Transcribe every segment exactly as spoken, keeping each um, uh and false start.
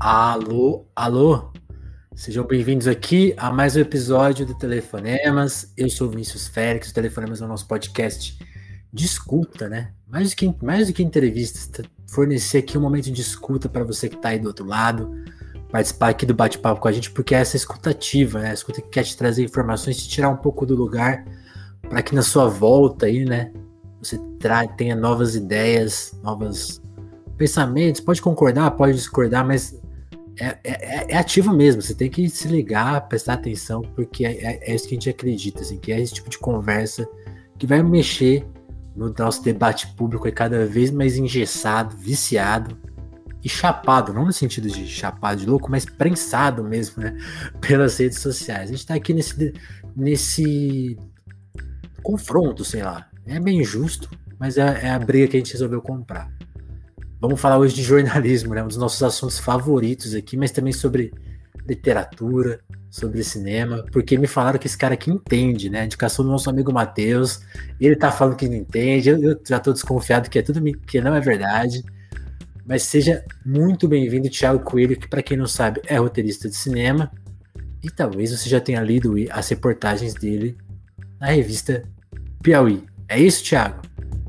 Alô, alô, sejam bem-vindos aqui a mais um episódio do Telefonemas. Eu sou o Vinícius Félix, o Telefonemas é o nosso podcast de escuta, né? Mais do que, mais do que entrevistas, fornecer aqui um momento de escuta para você que está aí do outro lado, participar aqui do bate-papo com a gente, porque é essa escutativa, né? A escuta que quer te trazer informações, te tirar um pouco do lugar, para que na sua volta aí, né, você tra- tenha novas ideias, novos pensamentos. Pode concordar, pode discordar, mas É, é, é ativo mesmo, você tem que se ligar, prestar atenção, porque é, é, é isso que a gente acredita, assim, que é esse tipo de conversa que vai mexer no nosso debate público, é cada vez mais engessado, viciado e chapado, não no sentido de chapado de louco, mas prensado mesmo, né, pelas redes sociais. A gente tá aqui nesse, nesse confronto, sei lá, é bem injusto, mas é, é a briga que a gente resolveu comprar. Vamos falar hoje de jornalismo, né? Um dos nossos assuntos favoritos aqui, mas também sobre literatura, sobre cinema, porque me falaram que esse cara aqui entende, né? A indicação do nosso amigo Matheus, ele tá falando que não entende, eu, eu já tô desconfiado que é tudo que não é verdade, mas seja muito bem-vindo, Thiago Coelho, que para quem não sabe é roteirista de cinema, e talvez você já tenha lido as reportagens dele na revista Piauí. É isso, Thiago?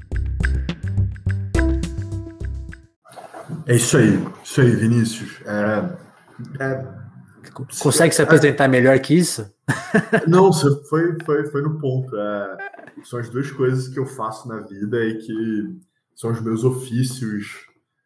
É isso aí, isso aí, Vinícius. É, é, Consegue se apresentar é, melhor que isso? Não, foi, foi, foi no ponto. É, são as duas coisas que eu faço na vida e que são os meus ofícios.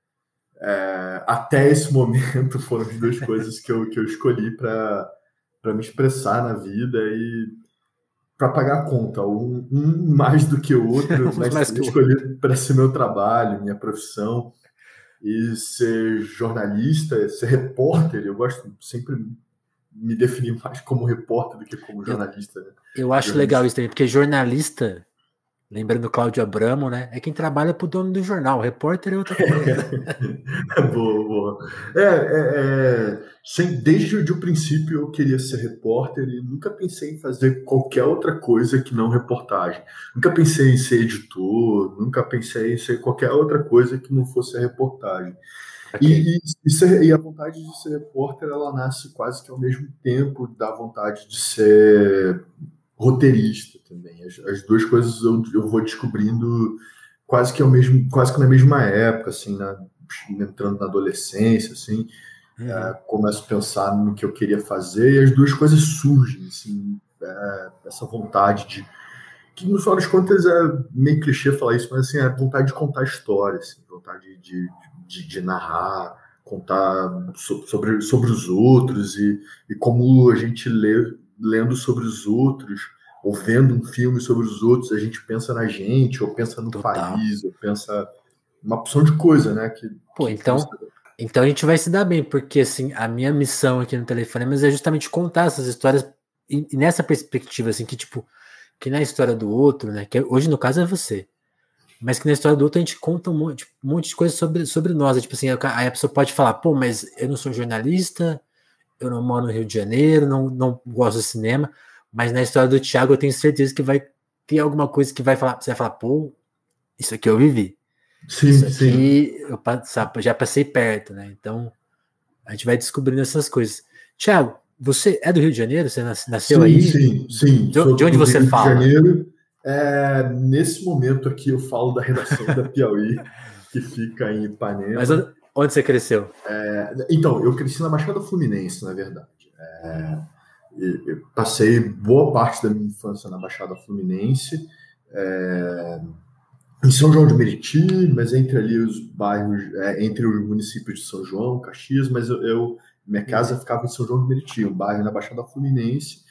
É, até esse momento foram as duas coisas que eu, que eu escolhi para me expressar na vida e para pagar a conta. Um, um mais do que o outro, mas mais eu escolhi para ser meu trabalho, minha profissão. E ser jornalista, ser repórter, eu gosto sempre me definir mais como repórter do que como jornalista. Eu, né? eu acho jornalista. Legal isso também, porque jornalista, lembrando do Cláudio Abramo, né, é quem trabalha pro dono do jornal, o repórter é outra coisa. boa, boa. É, é, é, sem, desde o princípio eu queria ser repórter e nunca pensei em fazer qualquer outra coisa que não reportagem. Nunca pensei em ser editor, nunca pensei em ser qualquer outra coisa que não fosse a reportagem. Okay. E, e, ser, e a vontade de ser repórter, ela nasce quase que ao mesmo tempo da vontade de ser roteirista também. As, as duas coisas eu, eu vou descobrindo quase que ao mesmo, quase que na mesma época, assim, na, entrando na adolescência, assim, uhum. é, começo a pensar no que eu queria fazer e as duas coisas surgem, assim, é, essa vontade de, que no final das contas é meio clichê falar isso, mas assim, é vontade de contar história, assim, vontade de, de, de narrar, contar so, sobre, sobre os outros e, e como a gente lê, lendo sobre os outros, ou vendo um filme sobre os outros, a gente pensa na gente, ou pensa no Total. país, ou pensa uma opção de coisa, né? Que, Pô, que então, você... então a gente vai se dar bem, porque assim, a minha missão aqui no Telefonemas é justamente contar essas histórias e, e nessa perspectiva, assim, que tipo, que na história do outro, né? Que hoje no caso é você, mas que na história do outro a gente conta um monte, um monte de coisa sobre, sobre nós. Tipo assim, aí a pessoa pode falar, pô, mas eu não sou jornalista, eu não moro no Rio de Janeiro, não, não gosto de cinema, mas na história do Thiago eu tenho certeza que vai ter alguma coisa que vai falar, você vai falar, pô, isso aqui eu vivi. Sim, isso aqui sim. eu já passei perto, né? Então a gente vai descobrindo essas coisas. Thiago, você é do Rio de Janeiro? Você nasceu sim, aí? Sim, sim, De, de onde você Rio fala? De Janeiro. É, nesse momento aqui eu falo da redação da Piauí, que fica em Ipanema. Mas onde, onde você cresceu? É, então, eu cresci na Baixada Fluminense, na verdade. É, eu passei boa parte da minha infância na Baixada Fluminense, é, em São João de Meriti, mas entre ali os bairros, é, entre os municípios de São João, Caxias, mas eu, eu minha casa ficava em São João de Meriti, um bairro na Baixada Fluminense.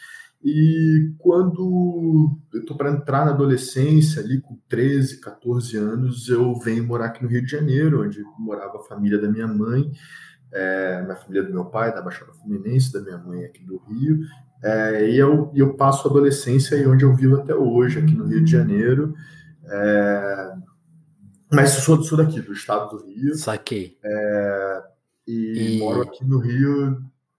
E quando eu tô para entrar na adolescência, ali com treze, catorze anos, eu venho morar aqui no Rio de Janeiro, onde morava a família da minha mãe, é, minha família do meu pai, da Baixada Fluminense, da minha mãe aqui do Rio, é, e eu, eu passo a adolescência aí onde eu vivo até hoje, aqui no Rio de Janeiro, é, mas eu sou, sou daqui, do estado do Rio. Saquei. É, e, e moro aqui no Rio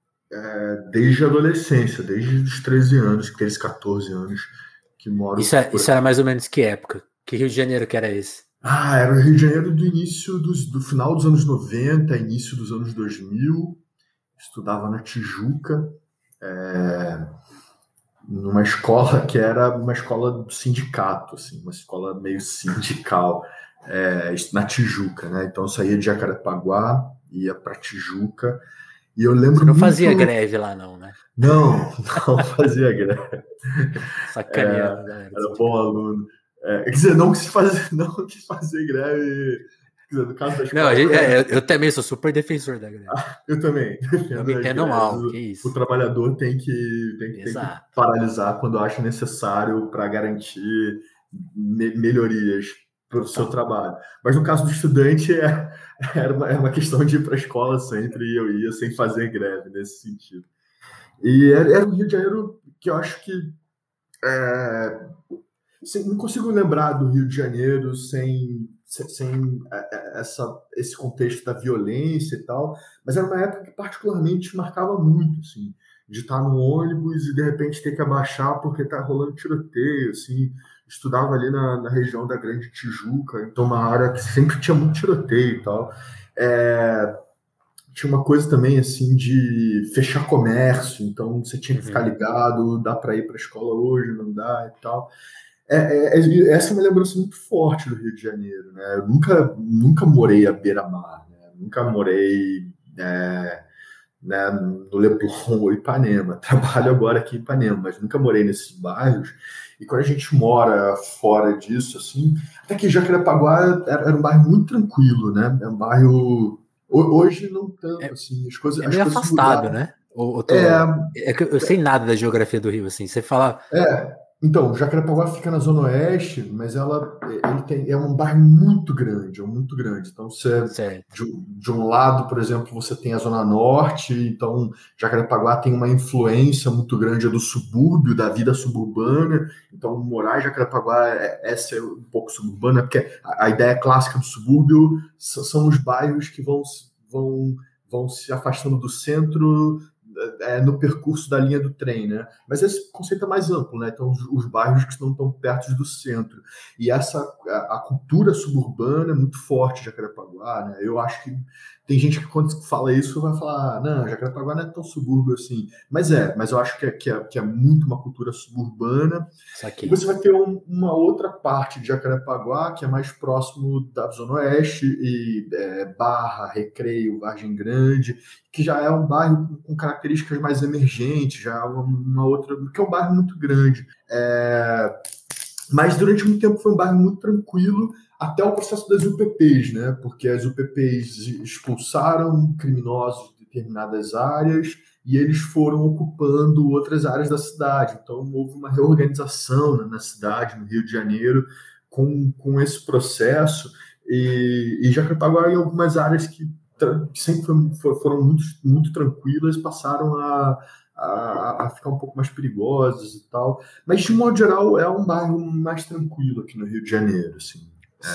é, desde a adolescência, desde os treze anos, treze, catorze anos que moro. Isso, é, isso era mais ou menos que época? Que Rio de Janeiro que era esse? Ah, era o Rio de Janeiro do início, dos, do final dos anos noventa, início dos anos dois mil. estudava na Tijuca, é, numa escola que era uma escola do sindicato, assim, uma escola meio sindical, é, na Tijuca, né? Então eu saía de Jacarepaguá, ia para Tijuca, e eu lembro Você não muito... fazia greve lá, não, né? Não, não fazia greve. Sacaneando a galera. Era bom aluno. É, quer dizer, não quis fazer, não quis fazer greve. Quer dizer, no caso da escola. Não, gente, é, eu, eu também sou super defensor da greve. Eu também. Não me entendam mal, que isso. O trabalhador tem que, tem, tem que paralisar quando acha necessário para garantir me, melhorias para o seu trabalho. Mas no caso do estudante, é, era, uma, era uma questão de ir para a escola sempre, e eu ia sem fazer greve nesse sentido. E era, era um Rio de Janeiro que eu acho que... É, assim, não consigo lembrar do Rio de Janeiro sem, sem essa, esse contexto da violência e tal, mas era uma época que particularmente marcava muito, assim, de estar no ônibus e de repente ter que abaixar porque tá rolando tiroteio, assim. Estudava ali na, na região da Grande Tijuca, então uma área que sempre tinha muito tiroteio e tal. É, tinha uma coisa também assim de fechar comércio, então você tinha que ficar ligado, dá para ir para a escola hoje, não dá e tal. É, é, essa é uma lembrança muito forte do Rio de Janeiro, né? Eu nunca, nunca morei à beira-mar, né? Nunca morei é, né, no Leblon ou Ipanema. Trabalho agora aqui em Ipanema, mas nunca morei nesses bairros. E quando a gente mora fora disso, assim, até que Jacarepaguá era, era um bairro muito tranquilo, né? É um bairro... Hoje não tanto, é, assim, as coisas... É meio as coisas afastado, mudaram. né? Ou, ou tô... é, é que eu sei nada da geografia do Rio, assim. Você fala... É... Então, Jacarepaguá fica na Zona Oeste, mas ela ele tem, é um bairro muito grande, é muito grande. Então, você, de, de um lado, por exemplo, você tem a Zona Norte, então Jacarepaguá tem uma influência muito grande do subúrbio, da vida suburbana. Então, morar em Jacarepaguá é, é ser um pouco suburbana, porque a, a ideia clássica do subúrbio são os bairros que vão, vão, vão se afastando do centro, É, no percurso da linha do trem, né? Mas esse conceito é mais amplo, né? Então, os, os bairros que não estão perto do centro. E essa, a, a cultura suburbana é muito forte de Jacarepaguá, né? Eu acho que tem gente que quando fala isso vai falar, não, Jacarepaguá não é tão subúrbio assim. Mas é, mas eu acho que é, que é, que é muito uma cultura suburbana. E você vai ter um, uma outra parte de Jacarepaguá que é mais próximo da Zona Oeste, e é, Barra, Recreio, Vargem Grande, que já é um bairro com, com características mais emergentes, já é uma, uma outra, que é um bairro muito grande. É, mas durante muito tempo foi um bairro muito tranquilo, até o processo das U P Ps, né? Porque as U P Ps expulsaram criminosos de determinadas áreas e eles foram ocupando outras áreas da cidade. Então houve uma reorganização, né, na cidade, no Rio de Janeiro, com, com esse processo. E, e Jacarepaguá, em algumas áreas que sempre foram muito, muito tranquilas, passaram a, a, a ficar um pouco mais perigosas e tal. Mas, de modo geral, é um bairro mais tranquilo aqui no Rio de Janeiro, assim.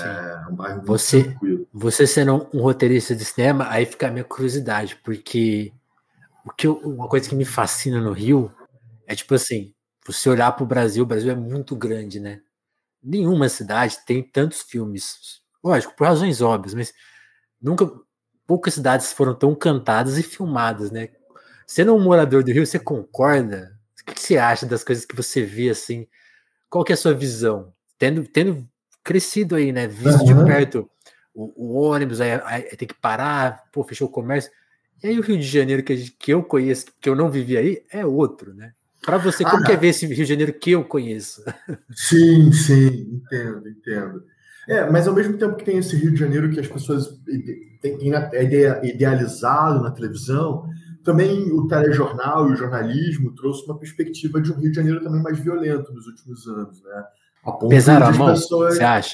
É um bairro muito você, tranquilo. Você sendo um, um roteirista de cinema, aí fica a minha curiosidade, porque o que eu, uma coisa que me fascina no Rio é, tipo assim, você olhar para o Brasil, o Brasil é muito grande, né? Nenhuma cidade tem tantos filmes, lógico, por razões óbvias, mas nunca... poucas cidades foram tão cantadas e filmadas, né? Sendo um morador do Rio, você concorda? O que você acha das coisas que você vê, assim? Qual que é a sua visão? Tendo, tendo crescido aí, né? Visto uhum. de perto o, o ônibus, aí, aí tem que parar, pô, fechou o comércio. E aí o Rio de Janeiro que, a gente, que eu conheço, que eu não vivi aí, é outro, né? Para você, como ah, que é ver esse Rio de Janeiro que eu conheço? Sim, sim, entendo, entendo. É, mas ao mesmo tempo que tem esse Rio de Janeiro que as pessoas têm a ideia idealizado na televisão, também o telejornal e o jornalismo trouxe uma perspectiva de um Rio de Janeiro também mais violento nos últimos anos, né? A ponto Pesaram de as a mão, pessoas... você acha?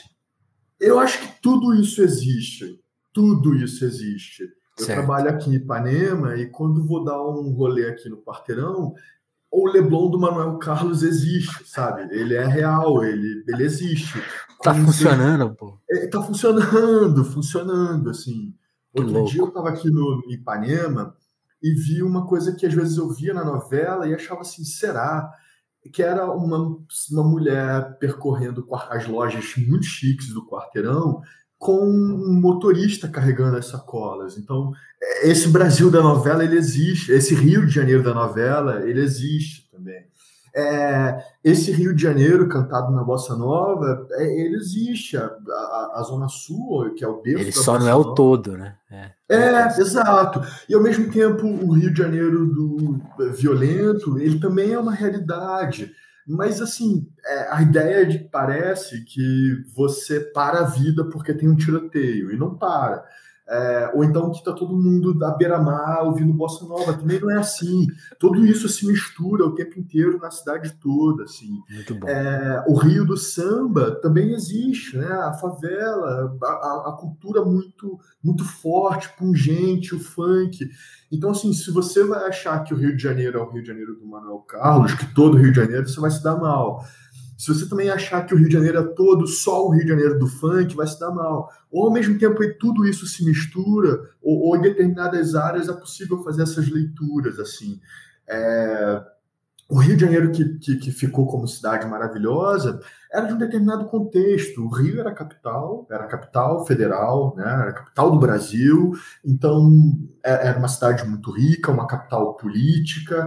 Eu acho que tudo isso existe. Tudo isso existe. Eu certo. trabalho aqui em Ipanema e quando vou dar um rolê aqui no Quarteirão, o Leblon do Manuel Carlos existe, sabe? Ele é real, ele, ele existe. Tá Como funcionando, se... pô. É, tá funcionando, funcionando, assim. Que Outro louco. dia eu tava aqui no em Ipanema e vi uma coisa que às vezes eu via na novela e achava assim, será? Que era uma, uma mulher percorrendo as lojas muito chiques do Quarteirão com um motorista carregando as sacolas. Então, esse Brasil da novela, ele existe. Esse Rio de Janeiro da novela, ele existe também. É, esse Rio de Janeiro, cantado na Bossa Nova, é, ele existe. A, a, a Zona Sul, que é o berço Ele da só Bossa não é o Nova. todo, né? É, É, exato. E, ao mesmo tempo, o Rio de Janeiro do violento, ele também é uma realidade. Mas, assim, é, a ideia de que parece que você para a vida porque tem um tiroteio, e não para. É, ou então que está todo mundo da beira-mar ouvindo Bossa Nova. Também não é assim. Tudo isso se mistura o tempo inteiro na cidade toda. Assim. Muito bom. É, o Rio do Samba também existe, né? A favela, a, a, a cultura muito, muito forte, pungente, o funk. Então, assim, se você vai achar que o Rio de Janeiro é o Rio de Janeiro do Manuel Carlos, que todo o Rio de Janeiro, você vai se dar mal. Se você também achar que o Rio de Janeiro é todo só o Rio de Janeiro do funk, vai se dar mal. Ou, ao mesmo tempo, aí tudo isso se mistura, ou, ou em determinadas áreas é possível fazer essas leituras, assim. É... O Rio de Janeiro, que, que, que ficou como cidade maravilhosa, era de um determinado contexto. O Rio era a capital, era a capital federal, né? Era a capital do Brasil, então era uma cidade muito rica, uma capital política,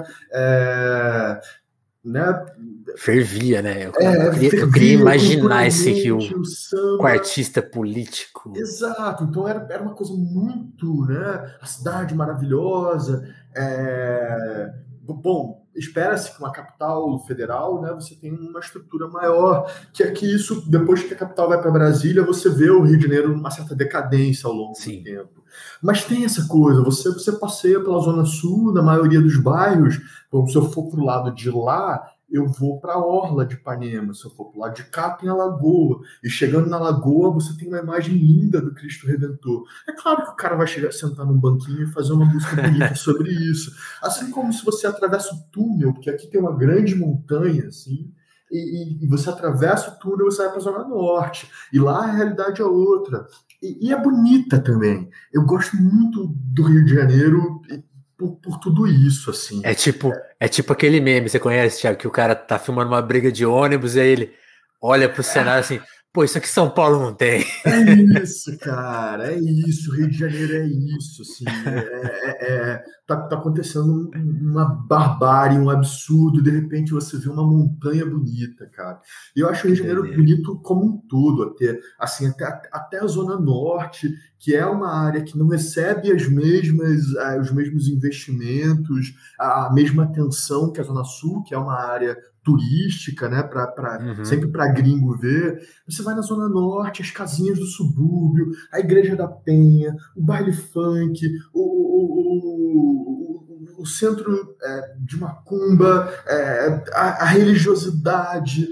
é... né? Fervia, né? Eu, É, eu, queria, eu queria fervia imaginar esse Rio culturalmente, o com samba. artista político. Exato, então era, era uma coisa muito, né? A cidade maravilhosa. É... Bom, espera-se que uma capital federal, né, você tenha uma estrutura maior, que é que isso, depois que a capital vai para Brasília, você vê o Rio de Janeiro numa certa decadência ao longo Sim. do tempo. Mas tem essa coisa, você, você passeia pela Zona Sul, na maioria dos bairros, bom, se eu for para o lado de lá, eu vou para a Orla de Ipanema, se eu for para o lado de cá, tem a Lagoa. E chegando na Lagoa, você tem uma imagem linda do Cristo Redentor. É claro que o cara vai chegar, sentar num banquinho e fazer uma música bonita sobre isso. Assim como se você atravessa o túnel, porque aqui tem uma grande montanha, assim, e, e você atravessa o túnel e você vai para a Zona Norte. E lá a realidade é outra. E, e é bonita também. Eu gosto muito do Rio de Janeiro por, por tudo isso, assim. É tipo, é tipo aquele meme, você conhece, Thiago, que o cara tá filmando uma briga de ônibus e aí ele olha pro cenário assim, pô, isso aqui São Paulo não tem. É isso, cara, é isso, Rio de Janeiro é isso, assim, é, é, é, tá, tá acontecendo uma barbárie, um absurdo, de repente você vê uma montanha bonita, cara. E eu acho o Rio de Janeiro bonito como um todo, até, assim, até, até a Zona Norte, que é uma área que não recebe as mesmas, os mesmos investimentos, a mesma atenção que a Zona Sul, que é uma área turística, né, pra, pra, uhum. sempre para gringo ver. Você vai na Zona Norte, as casinhas do subúrbio, a Igreja da Penha, o baile funk, o, o, o, o centro é, de macumba, é, a, a religiosidade,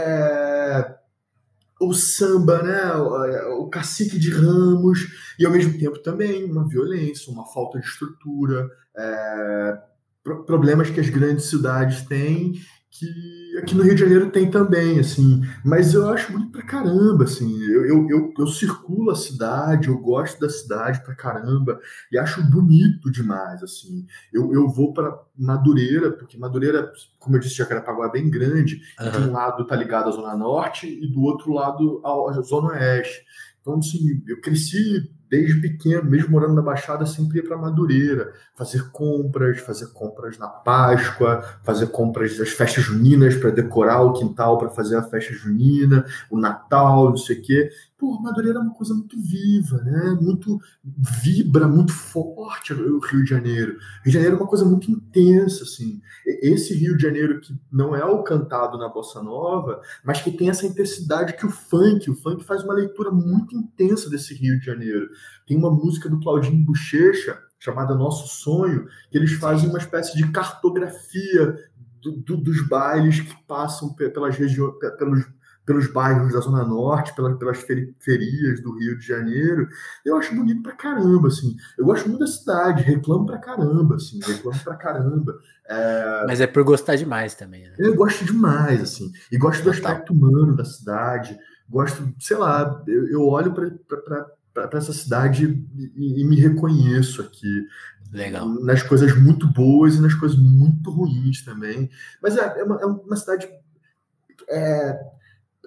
é, o samba, né, o, o cacique de Ramos, e ao mesmo tempo também uma violência, uma falta de estrutura, é, problemas que as grandes cidades têm, que aqui no Rio de Janeiro tem também, assim, mas eu acho bonito pra caramba, assim, eu, eu, eu, eu circulo a cidade, eu gosto da cidade pra caramba, e acho bonito demais, assim, eu, eu vou para Madureira, porque Madureira, como eu disse, Jacarepaguá é bem grande, uhum. e de um lado tá ligado à Zona Norte, e do outro lado à Zona Oeste, então, assim, eu cresci desde pequeno, mesmo morando na Baixada, sempre ia para Madureira, fazer compras, fazer compras na Páscoa, fazer compras das festas juninas para decorar o quintal para fazer a festa junina, o Natal, não sei o quê. Pô, Madureira é uma coisa muito viva, né? Muito vibra, muito forte o Rio de Janeiro. Rio de Janeiro é uma coisa muito intensa, assim. Esse Rio de Janeiro que não é o cantado na Bossa Nova, mas que tem essa intensidade que o funk, o funk faz uma leitura muito intensa desse Rio de Janeiro. Tem uma música do Claudinho Bochecha, chamada Nosso Sonho, que eles fazem uma espécie de cartografia do, do, dos bailes que passam pelas regiões, pelos, pelos bairros da Zona Norte, pelas, pelas periferias do Rio de Janeiro. Eu acho bonito pra caramba, assim. Eu gosto muito da cidade, reclamo pra caramba, assim, reclamo pra caramba. É... Mas é por gostar demais também, né? Eu gosto demais, assim, e gosto do aspecto humano da cidade, gosto, sei lá, eu, eu olho pra, pra, pra para essa cidade e, e me reconheço aqui. Legal. Nas coisas muito boas e nas coisas muito ruins também. Mas é, é, uma, é uma cidade... É,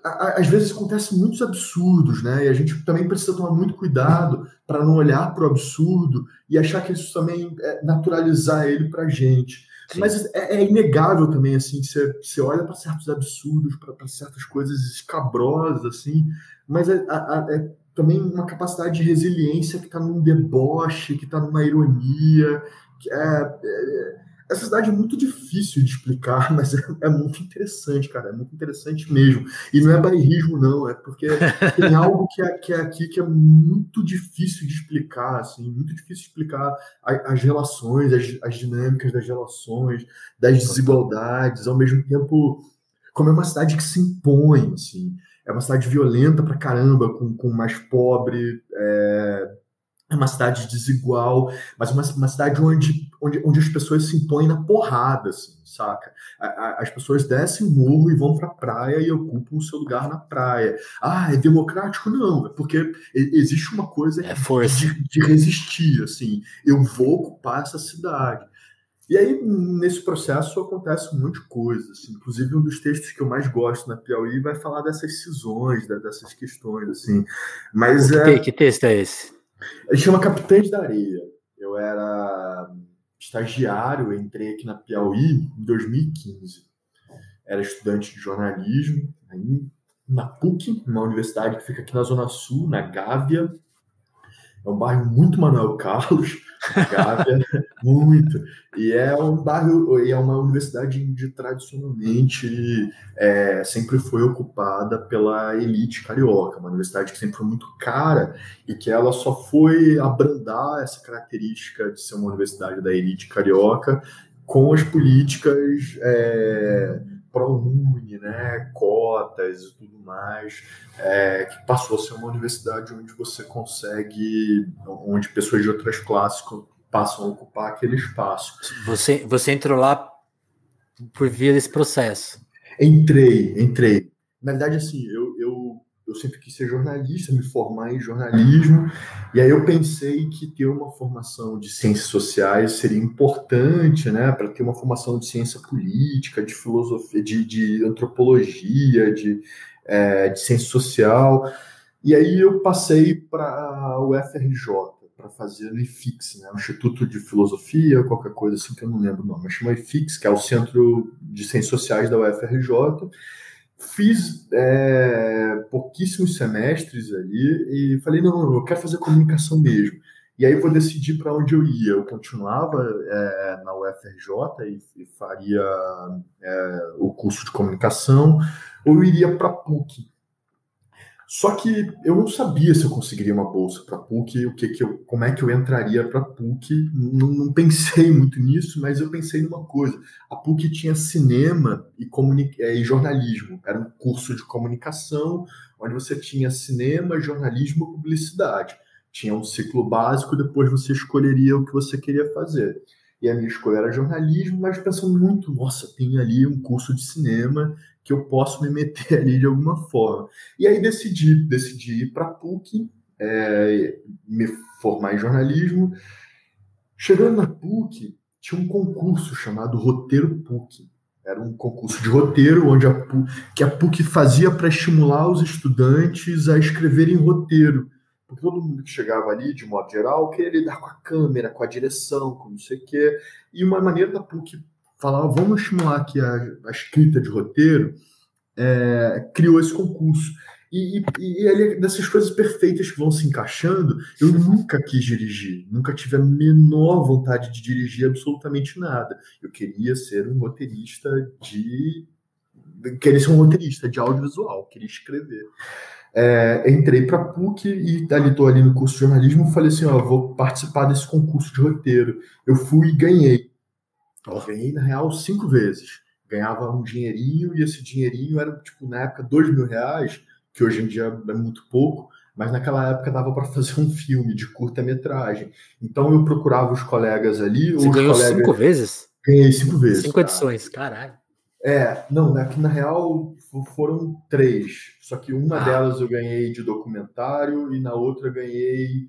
a, a, às vezes acontecem muitos absurdos, né? E a gente também precisa tomar muito cuidado para não olhar para o absurdo e achar que isso também é naturalizar ele para a gente. Sim. Mas é, é inegável também, assim, que você, você olha para certos absurdos, para certas coisas escabrosas, assim, mas é, é, é também uma capacidade de resiliência que está num deboche, que está numa ironia, que é, é essa cidade é muito difícil de explicar, mas é, é muito interessante, cara. É muito interessante mesmo. E não é bairrismo, não. É porque tem algo que é, que é aqui que é muito difícil de explicar, assim. Muito difícil de explicar a, as relações, as, as dinâmicas das relações, das desigualdades. Ao mesmo tempo, como é uma cidade que se impõe, assim. É uma cidade violenta pra caramba, com, com mais pobre, é... É uma cidade desigual, mas uma, uma cidade onde, onde, onde as pessoas se impõem na porrada, assim, saca? A, a, as pessoas descem o morro e vão pra praia e ocupam o seu lugar na praia. Ah, é democrático? Não, é porque existe uma coisa é força. De, de resistir, assim. Eu vou ocupar essa cidade. E aí, nesse processo, acontece um monte de coisa. Assim. Inclusive, um dos textos que eu mais gosto na Piauí vai falar dessas cisões, dessas questões, assim. Mas que, é... que texto é esse? Ele chama Capitães da Areia. Eu era estagiário, eu entrei aqui na Piauí em dois mil e quinze. Era estudante de jornalismo, aí, na P U C, uma universidade que fica aqui na Zona Sul, na Gávea. É um bairro muito Manuel Carlos, Gávea, muito. E é um bairro, e é uma universidade onde tradicionalmente é, sempre foi ocupada pela elite carioca, uma universidade que sempre foi muito cara e que ela só foi abrandar essa característica de ser uma universidade da elite carioca com as políticas é, ProUni, né, cotas e tudo mais, é, que passou a ser uma universidade onde você consegue, onde pessoas de outras classes passam a ocupar aquele espaço. Você, você entrou lá por via desse processo? Entrei, entrei. Na verdade, assim, eu, eu, eu sempre quis ser jornalista, me formar em jornalismo, e aí eu pensei que ter uma formação de ciências sociais seria importante, né, para ter uma formação de ciência política, de filosofia, de, de antropologia, de, é, de ciência social, e aí eu passei para o U F R J, para fazer no I F I X, né, o Instituto de Filosofia, qualquer coisa assim que eu não lembro o nome, mas chama I F I X, que é o Centro de Ciências Sociais da U F R J. Fiz é, pouquíssimos semestres ali e falei, não, eu quero fazer comunicação mesmo. E aí eu vou decidir para onde eu ia. Eu continuava é, na U F R J e, e faria é, o curso de comunicação, ou eu iria para a P U C. Só que eu não sabia se eu conseguiria uma bolsa para a P U C, o que que eu, como é que eu entraria para a P U C. Não, não pensei muito nisso, mas eu pensei numa coisa. A P U C tinha cinema e, comunica- e jornalismo. Era um curso de comunicação, onde você tinha cinema, jornalismo e publicidade. Tinha um ciclo básico, depois você escolheria o que você queria fazer. E a minha escolha era jornalismo, mas pensando muito, nossa, tem ali um curso de cinema que eu posso me meter ali de alguma forma. E aí decidi, decidi ir para a P U C, é, me formar em jornalismo. Chegando na P U C, tinha um concurso chamado Roteiro P U C. Era um concurso de roteiro, onde a P U C, que a P U C fazia para estimular os estudantes a escreverem roteiro. Porque todo mundo que chegava ali, de modo geral, queria lidar com a câmera, com a direção, com não sei o quê. E uma maneira da P U C falar, vamos estimular aqui a, a escrita de roteiro, é, criou esse concurso. E, e, e ele, dessas coisas perfeitas que vão se encaixando, eu nunca quis dirigir, nunca tive a menor vontade de dirigir absolutamente nada. Eu queria ser um roteirista de... Queria ser um roteirista de audiovisual, queria escrever. É, entrei para a P U C e ali estou ali no curso de jornalismo, falei assim, ó, vou participar desse concurso de roteiro. Eu fui e ganhei. Oh. Ganhei, na real, cinco vezes. Ganhava um dinheirinho e esse dinheirinho era, tipo, na época, dois mil reais, que hoje em dia é muito pouco, mas naquela época dava para fazer um filme de curta-metragem. Então eu procurava os colegas ali... Você os ganhou colegas... cinco vezes? Ganhei cinco vezes. Cinco edições, cara. Caralho. É, não, aqui na real foram três, só que uma ah. delas eu ganhei de documentário e na outra eu ganhei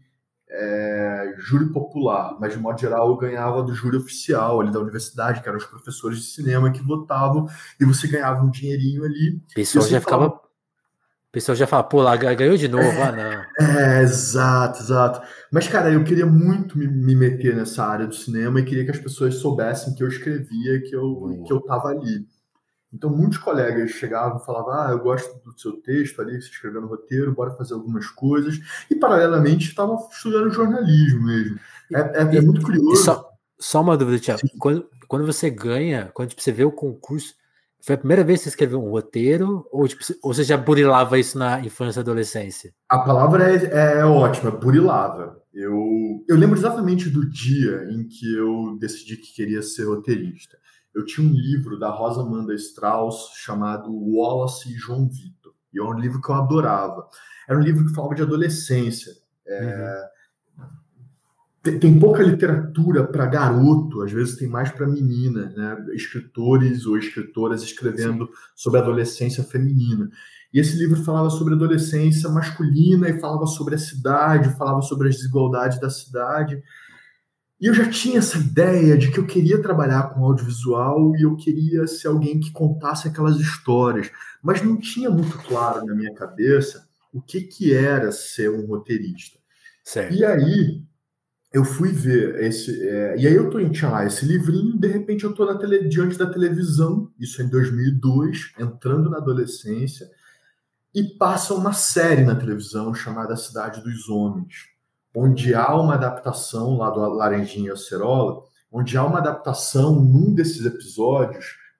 é, júri popular, mas de modo geral eu ganhava do júri oficial ali da universidade, que eram os professores de cinema que votavam, e você ganhava um dinheirinho ali. O pessoal já ficava... pessoal já fala, pô, lá ganhou de novo, ah, não. É, exato, exato. Mas, cara, eu queria muito me, me meter nessa área do cinema e queria que as pessoas soubessem que eu escrevia, que eu, que eu tava ali. Então, muitos colegas chegavam e falavam, ah, eu gosto do seu texto ali, você escreveu no roteiro, bora fazer algumas coisas. E, paralelamente, estavam estudando jornalismo mesmo. É, é, é muito curioso. E só, só uma dúvida, Thiago. Quando, quando você ganha, quando tipo, você vê o concurso, foi a primeira vez que você escreveu um roteiro? Ou, tipo, ou você já burilava isso na infância e adolescência? A palavra é, é ótima, burilava. Eu, eu lembro exatamente do dia em que eu decidi que queria ser roteirista. Eu tinha um livro da Rosa Amanda Strauss chamado Wallace e João Vitor. E é um livro que eu adorava. Era um livro que falava de adolescência. É, uhum. tem, tem pouca literatura para garoto, às vezes tem mais para menina, né? Escritores ou escritoras escrevendo Sim. sobre a adolescência feminina. E esse livro falava sobre a adolescência masculina e falava sobre a cidade, falava sobre as desigualdades da cidade. E eu já tinha essa ideia de que eu queria trabalhar com audiovisual e eu queria ser alguém que contasse aquelas histórias, mas não tinha muito claro na minha cabeça o que, que era ser um roteirista. Certo. E aí eu fui ver esse... É, e aí eu tô em tinha lá esse livrinho, de repente eu tô na tele, diante da televisão, isso em dois mil e dois, entrando na adolescência, e passa uma série na televisão chamada Cidade dos Homens, onde há uma adaptação lá do Laranjinha e Acerola, onde há uma adaptação num desses episódios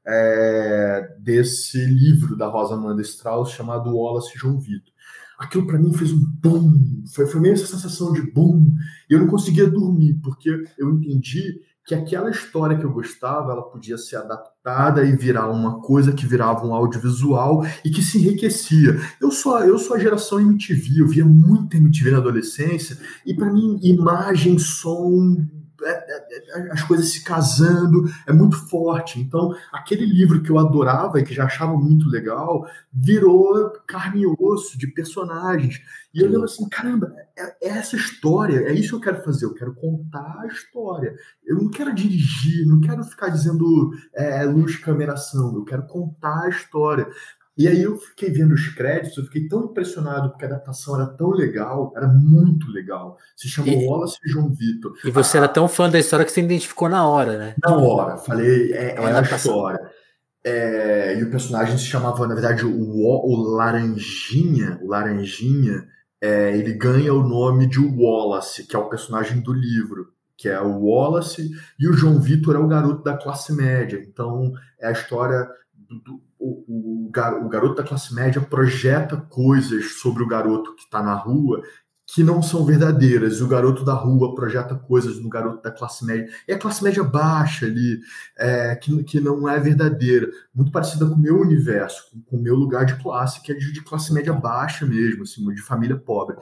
é, desse livro da Rosa Amanda Strauss chamado Wallace e João Vitor. Aquilo para mim fez um boom, foi, foi meio essa sensação de boom, e eu não conseguia dormir, porque eu entendi que aquela história que eu gostava, ela podia ser adaptada e virar uma coisa que virava um audiovisual e que se enriquecia. Eu sou, eu sou a geração M T V, eu via muita M T V na adolescência, e para mim, imagem, som, as coisas se casando, é muito forte. Então, aquele livro que eu adorava e que já achava muito legal, virou carne e osso de personagens. E eu lembro assim, caramba, é, é essa história, é isso que eu quero fazer, eu quero contar a história. Eu não quero dirigir, não quero ficar dizendo é, luz, câmera, ação, eu quero contar a história. E aí eu fiquei vendo os créditos, eu fiquei tão impressionado porque a adaptação era tão legal, era muito legal. Se chamou e, Wallace e João Vitor. E você ah, era tão fã da história que você identificou na hora, né? Na hora, falei, é, é a história. É, e o personagem se chamava, na verdade, o, o Laranjinha, o Laranjinha, é, ele ganha o nome de Wallace, que é o personagem do livro, que é o Wallace, e o João Vitor é o garoto da classe média. Então, é a história do, do O, o, o garoto da classe média projeta coisas sobre o garoto que está na rua que não são verdadeiras. E o garoto da rua projeta coisas no garoto da classe média. E a classe média baixa ali, é, que, que não é verdadeira. Muito parecida com o meu universo, com, com o meu lugar de classe, que é de, de classe média baixa mesmo, assim, de família pobre.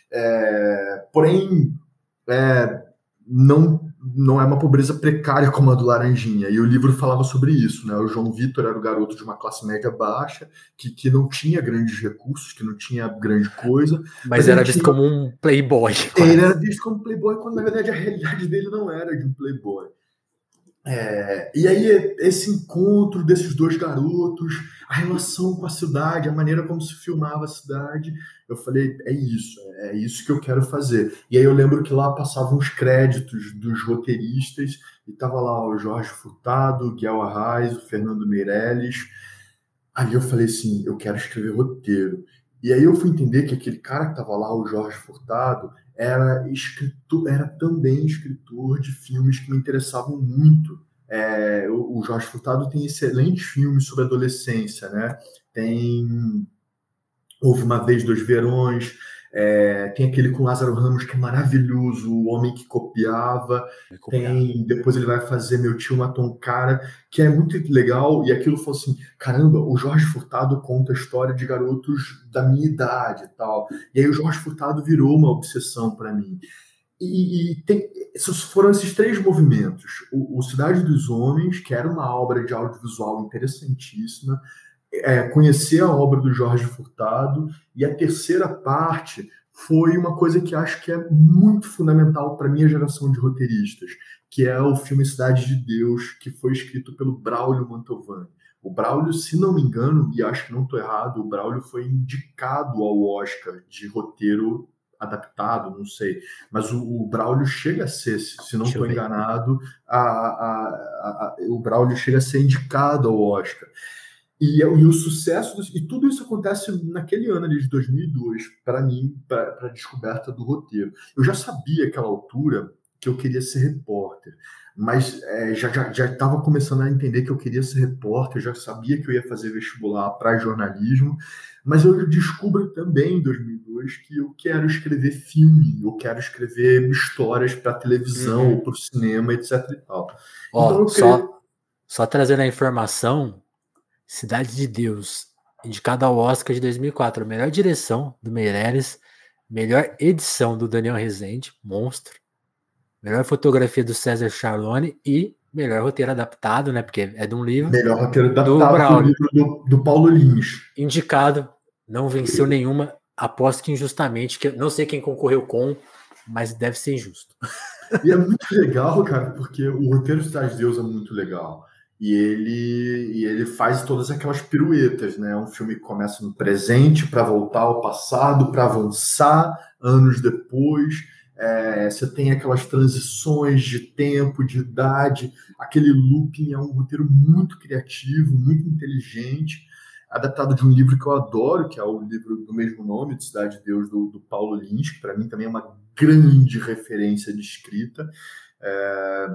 É, porém, é, não... não é uma pobreza precária como a do Laranjinha. E o livro falava sobre isso, né? O João Vitor era o garoto de uma classe média baixa, que, que não tinha grandes recursos, que não tinha grande coisa. Mas, mas era visto tinha... como um playboy. Quase. Ele era visto como playboy, quando na verdade a realidade dele não era de um playboy. É, e aí esse encontro desses dois garotos, a relação com a cidade, a maneira como se filmava a cidade, eu falei, é isso, é isso que eu quero fazer. E aí eu lembro que lá passavam os créditos dos roteiristas, e tava lá o Jorge Furtado, o Guel Arraes, o Fernando Meirelles. Aí eu falei assim, eu quero escrever roteiro. E aí eu fui entender que aquele cara que tava lá, o Jorge Furtado, era, escritor, era também escritor de filmes que me interessavam muito. É, o, o Jorge Furtado tem excelentes filmes sobre adolescência, né? Tem Houve Uma Vez, Dois Verões, é, tem aquele com Lázaro Ramos que é maravilhoso, O Homem que Copiava, tem, depois ele vai fazer Meu Tio Matou um Cara, que é muito legal, e aquilo foi assim, caramba, o Jorge Furtado conta a história de garotos da minha idade e tal, e aí o Jorge Furtado virou uma obsessão para mim. E, e tem, foram esses três movimentos, o, o Cidade dos Homens, que era uma obra de audiovisual interessantíssima, É, conhecer a obra do Jorge Furtado, e a terceira parte foi uma coisa que acho que é muito fundamental para a minha geração de roteiristas, que é o filme Cidade de Deus, que foi escrito pelo Braulio Mantovani. O Braulio, se não me engano, e acho que não estou errado, o Braulio foi indicado ao Oscar de roteiro adaptado, não sei. Mas o, o Braulio chega a ser, se não estou enganado, a, a, a, a, o Braulio chega a ser indicado ao Oscar. E, e o sucesso, e tudo isso acontece naquele ano ali de dois mil e dois, para mim, para a descoberta do roteiro. Eu já sabia àquela altura que eu queria ser repórter, mas é, já estava começando a entender que eu queria ser repórter, já sabia que eu ia fazer vestibular para jornalismo, mas eu descubro também em dois mil e dois que eu quero escrever filme, eu quero escrever histórias para televisão, uhum. ou para o cinema, etc e tal. Ó, então, eu só, queria... só trazendo a informação, Cidade de Deus, indicado ao Oscar de dois mil e quatro, melhor direção do Meirelles, melhor edição do Daniel Rezende, monstro, melhor fotografia do César Charlone e melhor roteiro adaptado, né? Porque é de um livro. Melhor roteiro adaptado do livro do, do Paulo Lins. Indicado, não venceu nenhuma. Aposto que injustamente, que eu não sei quem concorreu com, mas deve ser injusto. E é muito legal, cara, porque o roteiro de Cidade de Deus é muito legal. E ele, e ele faz todas aquelas piruetas, né? É um filme que começa no presente para voltar ao passado, para avançar anos depois. É, você tem aquelas transições de tempo, de idade. Aquele looping é um roteiro muito criativo, muito inteligente, adaptado de um livro que eu adoro, que é o livro do mesmo nome, de Cidade de Deus, do, do Paulo Lins, que para mim também é uma grande referência de escrita. É...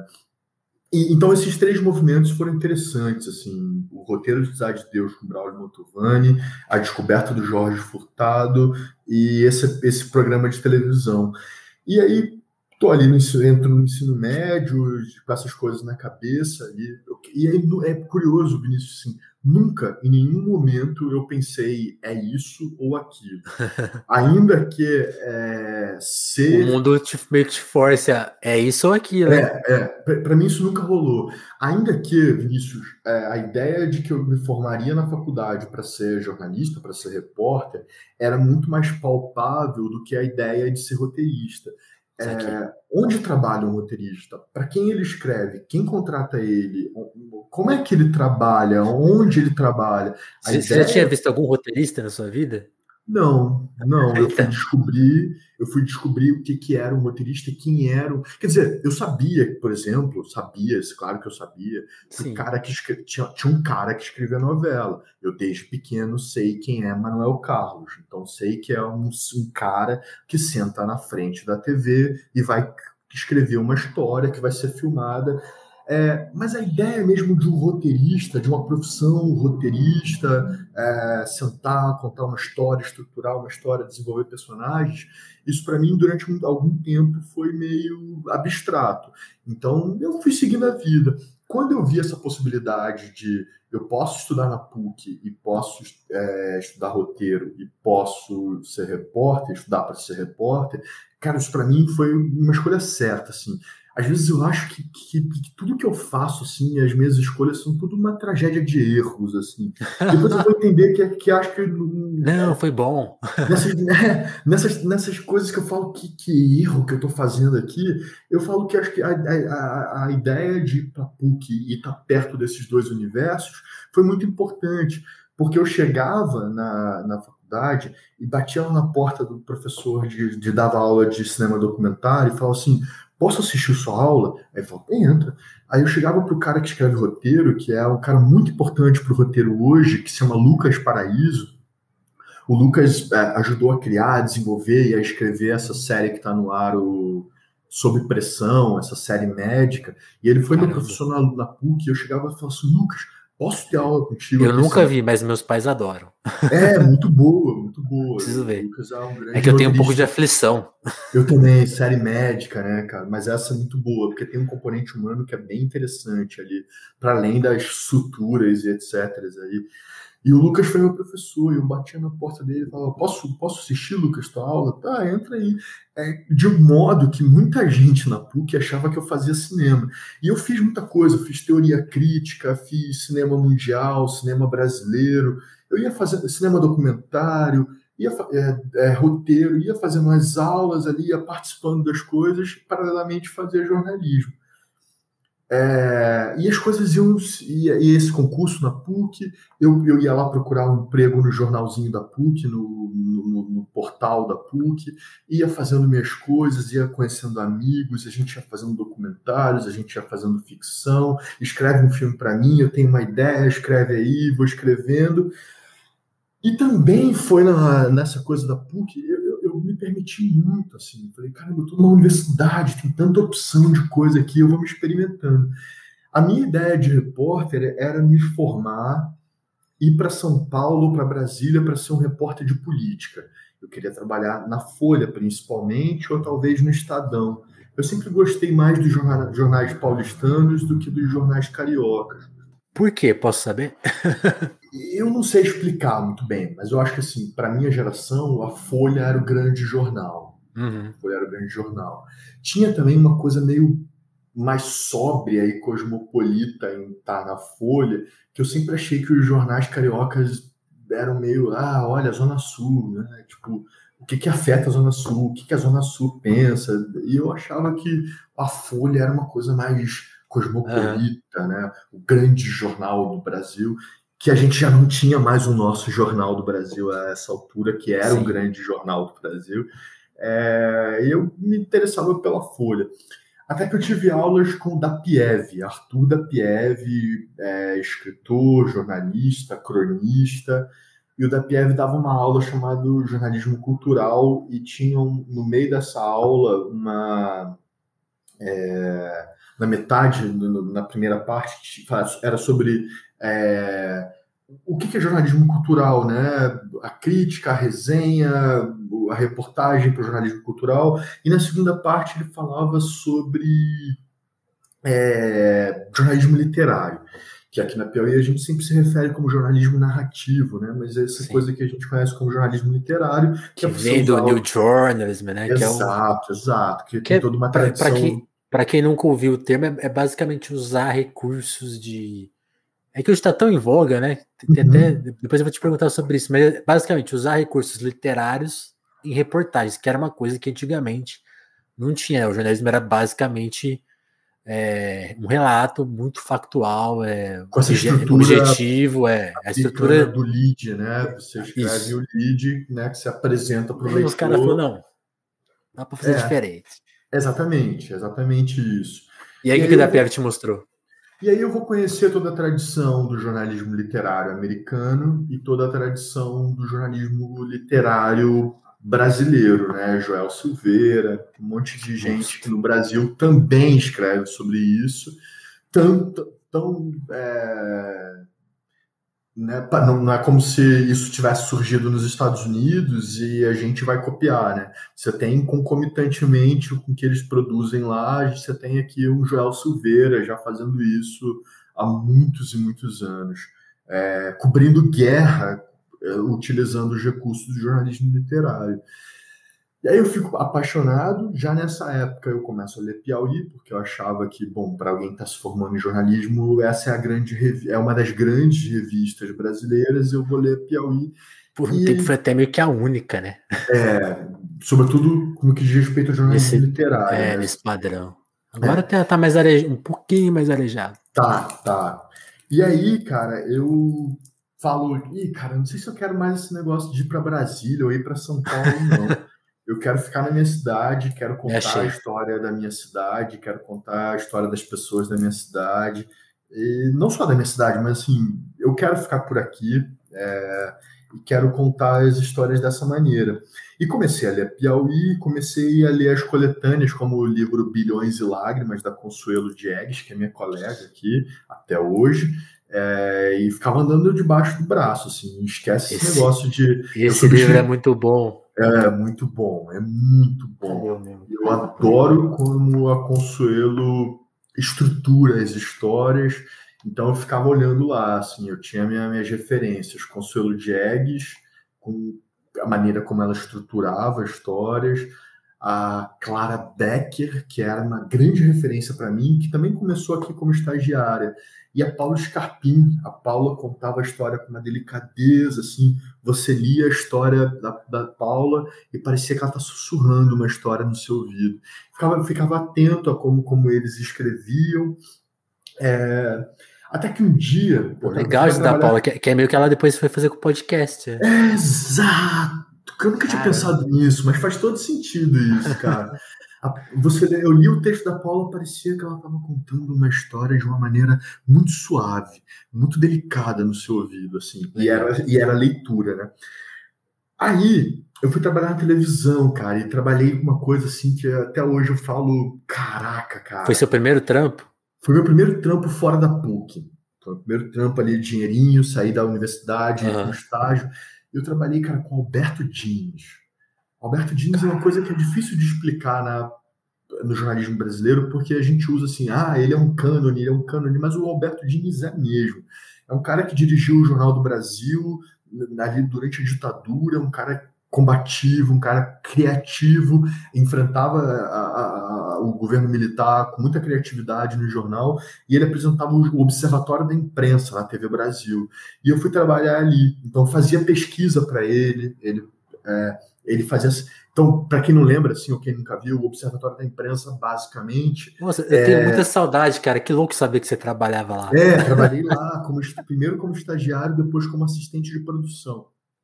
E, então esses três movimentos foram interessantes, assim, o roteiro de Cidade de Deus com Braulio Mantovani, a descoberta do Jorge Furtado e esse, esse programa de televisão. E aí tô ali no ensino, entro no ensino médio, com essas coisas na cabeça ali, e aí é curioso, Vinícius, assim, nunca, em nenhum momento eu pensei é isso ou aquilo. Ainda que é, ser... O mundo te, meio que te força, é isso ou aquilo. É, é para mim isso nunca rolou. Ainda que, Vinícius, é, a ideia de que eu me formaria na faculdade para ser jornalista, para ser repórter, era muito mais palpável do que a ideia de ser roteirista. É, onde trabalha um roteirista? Para quem ele escreve? Quem contrata ele? Como é que ele trabalha? Onde ele trabalha? A Você ideia... já tinha visto algum roteirista na sua vida? Não, não. Eu fui descobrir, eu fui descobrir o que, que era um roteirista e quem era. Um... Quer dizer, eu sabia, por exemplo, sabia, claro que eu sabia, que o cara que escreve... tinha, tinha um cara que escrevia novela. Eu desde pequeno sei quem é Manuel Carlos. Então sei que é um, um cara que senta na frente da T V e vai escrever uma história que vai ser filmada. É, mas a ideia mesmo de um roteirista, de uma profissão roteirista, é, sentar, contar uma história, estruturar uma história, desenvolver personagens, isso para mim durante um, algum tempo foi meio abstrato. Então eu fui seguindo a vida. Quando eu vi essa possibilidade de eu posso estudar na P U C e posso é, estudar roteiro e posso ser repórter, estudar para ser repórter, cara, isso para mim foi uma escolha certa, assim. Às vezes eu acho que, que, que tudo que eu faço, assim, as minhas escolhas são tudo uma tragédia de erros, assim. Depois eu vou entender que, que acho que... Não, foi bom. Nessas, né, nessas, nessas coisas que eu falo que, que erro que eu tô fazendo aqui, eu falo que acho que a, a, a ideia de ir pra P U C e estar perto desses dois universos foi muito importante, porque eu chegava na, na faculdade e batia lá na porta do professor de, de dava aula de cinema documentário e falava assim: posso assistir sua aula? Aí ele falou, entra. Aí eu chegava pro cara que escreve roteiro, que é um cara muito importante pro roteiro hoje, que se chama Lucas Paraíso. O Lucas é, ajudou a criar, a desenvolver e a escrever essa série que está no ar, o Sob Pressão, essa série médica. E ele foi Caramba. meu professor na, na P U C, e eu chegava e falava assim, Lucas, posso ter aula contigo? Eu nunca vi, mas meus pais adoram. É, muito boa, muito boa. Preciso ver. Lucas é, um é que eu tenho um pouco de aflição. Eu também, série médica, né, cara? Mas essa é muito boa, porque tem um componente humano que é bem interessante ali, para além das suturas e etcétera. Aí. E o Lucas foi meu professor, e eu batia na porta dele e falava, posso, posso assistir, Lucas, tua aula? Tá, entra aí. É, de um modo que muita gente na P U C achava que eu fazia cinema. E eu fiz muita coisa, eu fiz teoria crítica, fiz cinema mundial, cinema brasileiro, eu ia fazer cinema documentário, ia é, é, roteiro, ia fazendo umas aulas ali, ia participando das coisas, paralelamente fazia jornalismo. É, e as coisas iam. E, e esse concurso na PUC, eu, eu ia lá procurar um emprego no jornalzinho da PUC, no, no, no portal da PUC, ia fazendo minhas coisas, ia conhecendo amigos, a gente ia fazendo documentários, a gente ia fazendo ficção, escreve um filme para mim, eu tenho uma ideia, escreve aí, vou escrevendo. E também foi na, nessa coisa da PUC, eu, eu, eu me permiti muito, assim, falei, cara, eu estou numa universidade, tem tanta opção de coisa aqui, eu vou me experimentando. A minha ideia de repórter era me formar, ir para São Paulo, para Brasília, para ser um repórter de política. Eu queria trabalhar na Folha, principalmente, ou talvez no Estadão. Eu sempre gostei mais dos jorna- jornais paulistanos do que dos jornais cariocas. Por quê? Posso saber? Eu não sei explicar muito bem, mas eu acho que, assim, para minha geração, a Folha era o grande jornal. Uhum. A Folha era o grande jornal. Tinha também uma coisa meio mais sóbria e cosmopolita em estar na Folha, que eu sempre achei que os jornais cariocas eram meio, ah, olha, a Zona Sul, né? Tipo, o que que afeta a Zona Sul? O que que a Zona Sul pensa? E eu achava que a Folha era uma coisa mais cosmopolita, uhum. né? O grande jornal do Brasil, que a gente já não tinha mais o nosso Jornal do Brasil a essa altura, que era Sim. o grande jornal do Brasil. É, eu me interessava pela Folha. Até que eu tive aulas com o Dapiev, Arthur Dapiev, é, escritor, jornalista, cronista, e o Dapiev dava uma aula chamada Jornalismo Cultural, e tinha um, no meio dessa aula uma... É, na metade, no, na primeira parte, era sobre é, o que é jornalismo cultural, né? A crítica, a resenha, a reportagem para o jornalismo cultural. E na segunda parte ele falava sobre é, jornalismo literário, que aqui na Piauí a gente sempre se refere como jornalismo narrativo, né? Mas essa Sim. coisa que a gente conhece como jornalismo literário, que, que é vem do New Journalism, né? Exato, que é o... exato. Que, que tem é, toda uma tradição... Para quem, pra quem nunca ouviu o termo, é, é basicamente usar recursos de... É que hoje está tão em voga, né? Tem uhum. até, depois eu vou te perguntar sobre isso, mas é basicamente usar recursos literários em reportagens, que era uma coisa que antigamente não tinha. O jornalismo era basicamente é, um relato muito factual, é, com essa obje, estrutura objetivo, é a estrutura do lead, né? Você escreve isso. o lead, né? Que se apresenta para o leitor. E os caras falaram, não, dá para fazer é, diferente. Exatamente, exatamente isso. E aí o que, que o Dapiev te mostrou? E aí eu vou conhecer toda a tradição do jornalismo literário americano e toda a tradição do jornalismo literário brasileiro, né? Joel Silveira, um monte de gente que no Brasil também escreve sobre isso, tanto, tão, é, né? não, não é como se isso tivesse surgido nos Estados Unidos e a gente vai copiar, né? Você tem concomitantemente com o que eles produzem lá, você tem aqui um Joel Silveira já fazendo isso há muitos e muitos anos, é, cobrindo guerra, é, utilizando os recursos do jornalismo literário. E aí eu fico apaixonado, já nessa época eu começo a ler Piauí, porque eu achava que, bom, para alguém que está se formando em jornalismo, essa é, a grande, é uma das grandes revistas brasileiras, eu vou ler Piauí. Por um e, tempo foi até meio que a única, né? É, sobretudo no que diz respeito ao jornalismo nesse, literário. É, né? nesse padrão. Agora é. tá, tá mais arejado, um pouquinho mais arejado. Tá, tá. E aí, cara, eu falo, ih, cara, não sei se eu quero mais esse negócio de ir para Brasília ou ir para São Paulo, não. Eu quero ficar na minha cidade, quero contar a história da minha cidade, quero contar a história das pessoas da minha cidade. E não só da minha cidade, mas assim, eu quero ficar por aqui é, e quero contar as histórias dessa maneira. E comecei a ler Piauí, comecei a ler as coletâneas, como o livro Bilhões e Lágrimas, da Consuelo Diegues, que é minha colega aqui até hoje. É, e ficava andando debaixo do braço, assim, esquece esse, esse negócio de... Esse livro é muito bom. É muito bom, é muito bom. Eu adoro como a Consuelo estrutura as histórias, então eu ficava olhando lá, assim, eu tinha minha, minhas referências, Consuelo Diegues, com a maneira como ela estruturava histórias, a Clara Becker, que era uma grande referência para mim, que também começou aqui como estagiária, e a Paula Scarpim. A Paula contava a história com uma delicadeza, assim, você lia a história da, da Paula e parecia que ela está sussurrando uma história no seu ouvido. Ficava, ficava atento a como, como eles escreviam, É, até que um dia Pô, eu, tra- eu legal fui isso da Paula, trabalhar. que, que é meio que ela depois foi fazer com o podcast. É. É, exato! Eu nunca tinha Caramba. pensado nisso, mas faz todo sentido isso, cara. A- Você, lê- eu li o texto da Paula, parecia que ela estava contando uma história de uma maneira muito suave, muito delicada no seu ouvido, assim. E Legal. era, e era leitura, né? Aí eu fui trabalhar na televisão, cara, e trabalhei com uma coisa assim que até hoje eu falo, caraca, Foi cara. seu primeiro trampo? Foi meu primeiro trampo fora da PUC. Foi o primeiro trampo ali, dinheirinho, saí da universidade com Aham. estágio. Eu trabalhei, cara, com Alberto Dines. Alberto Dines é uma coisa que é Cara, difícil de explicar na, no jornalismo brasileiro, porque a gente usa assim, ah, ele é um cânone, ele é um cânone, mas o Alberto Dines é mesmo. É um cara que dirigiu o Jornal do Brasil ali durante a ditadura, um cara combativo, um cara criativo, enfrentava a, a, a, o governo militar com muita criatividade no jornal, e ele apresentava o Observatório da Imprensa na T V Brasil. E eu fui trabalhar ali, então fazia pesquisa para ele, ele, é, ele fazia. Então, para quem não lembra, assim, ou quem nunca viu, o Observatório da Imprensa, basicamente, nossa, eu tenho muita é, saudade, cara. Que louco saber que você trabalhava lá. é trabalhei lá como, primeiro como estagiário, depois como assistente de produção.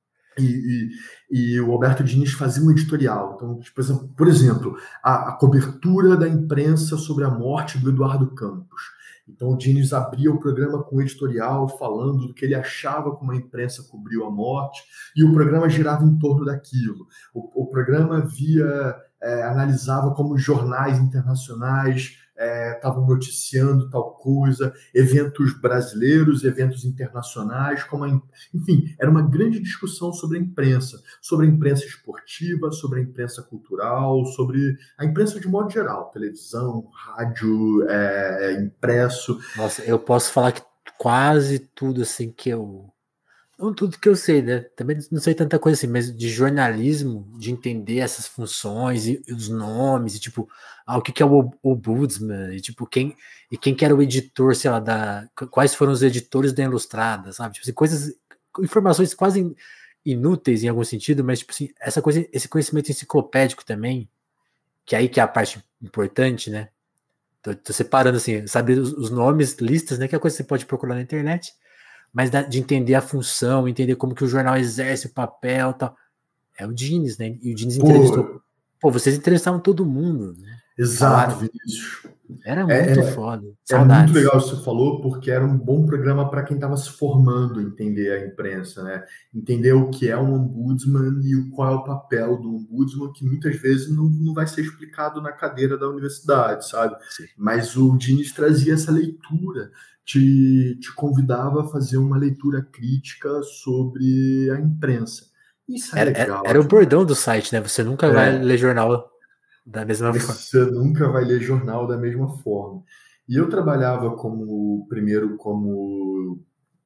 E, e, e o Alberto Diniz fazia um editorial. Então, tipo, por exemplo, a, a cobertura da imprensa sobre a morte do Eduardo Campos. Então, o Diniz abria o programa com um editorial falando do que ele achava como a imprensa cobriu a morte, e o programa girava em torno daquilo. O, o programa via, é, analisava como os jornais internacionais estavam é, noticiando tal coisa, eventos brasileiros, eventos internacionais, como a, enfim, era uma grande discussão sobre a imprensa, sobre a imprensa esportiva, sobre a imprensa cultural, sobre a imprensa de modo geral, televisão, rádio, é, impresso. Nossa, eu posso falar que quase tudo assim que eu. Não tudo que eu sei, né? Também não sei tanta coisa assim, mas de jornalismo, de entender essas funções e, e os nomes, e tipo, ah, o que, que é o ombudsman, e tipo, quem, e quem que era o editor, sei lá, da, quais foram os editores da Ilustrada, sabe? Tipo assim, coisas, informações quase inúteis em algum sentido, mas tipo assim, essa coisa, esse conhecimento enciclopédico também, que aí que é a parte importante, né? Tô, tô separando assim, saber os, os nomes, listas, né? Que é a coisa que você pode procurar na internet, mas da, de entender a função, entender como que o jornal exerce o papel e tal. É o Dines, né? E o Dines entrevistou. Pô, Pô, vocês entrevistaram todo mundo, né? exato, Falaram. Vinícius. Era muito É, foda. É muito Saudades. legal isso que você falou, porque era um bom programa para quem estava se formando entender a imprensa, né? Entender o que é um ombudsman e o- qual é o papel do ombudsman, que muitas vezes não, não vai ser explicado na cadeira da universidade, sabe? Sim. Mas o Diniz trazia essa leitura, te, te convidava a fazer uma leitura crítica sobre a imprensa. Isso é Era, era, legal era o demais. bordão do site, né? Você nunca vai É, ler jornal da mesma forma. você nunca vai ler jornal da mesma forma. E eu trabalhava como, primeiro como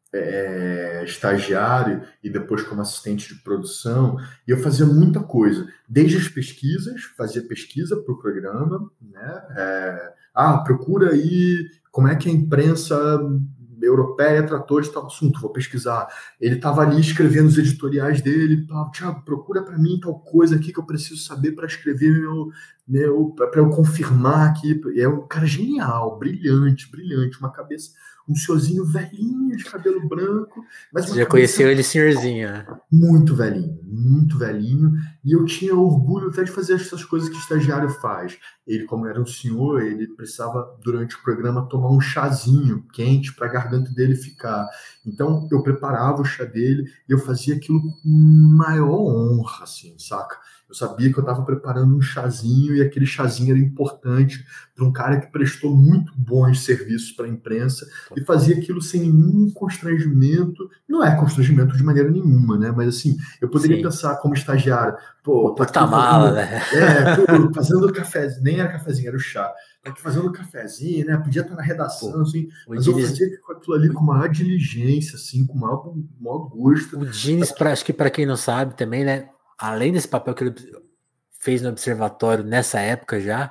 é, estagiário e depois como assistente de produção, e eu fazia muita coisa, desde as pesquisas, fazia pesquisa para o programa, né? É, ah, procura aí como é que a imprensa europeia tratou de tal assunto, vou pesquisar. Ele estava ali escrevendo os editoriais dele, Tiago, procura para mim tal coisa aqui que eu preciso saber para escrever meu, meu para eu confirmar aqui. É um cara genial, brilhante, brilhante, uma cabeça, um senhorzinho velhinho de cabelo branco, mas Você uma já cabeça conheceu ele, senhorzinho, né? muito velhinho, muito velhinho, e eu tinha orgulho até de fazer essas coisas que o estagiário faz. Ele, como era um senhor, ele precisava, durante o programa, tomar um chazinho quente para a garganta dele ficar. Então, eu preparava o chá dele e eu fazia aquilo com maior honra, assim, saca? Eu sabia que eu estava preparando um chazinho e aquele chazinho era importante para um cara que prestou muito bons serviços para a imprensa e fazia aquilo sem nenhum constrangimento. Não é constrangimento de maneira nenhuma, né? Mas assim, eu poderia Sim. pensar como estagiário, Pô, pô, tá puta aqui mala, fazendo, né? é, pô, fazendo café, nem era cafezinho, era o chá. Tá aqui fazendo cafezinho, né? Podia estar na Pô, redação, assim, o mas eu Diniz, fazia aquilo ali com maior diligência, assim, com maior, maior gosto. o Diniz, pra, acho que para quem não sabe também, né? Além desse papel que ele fez no observatório nessa época já,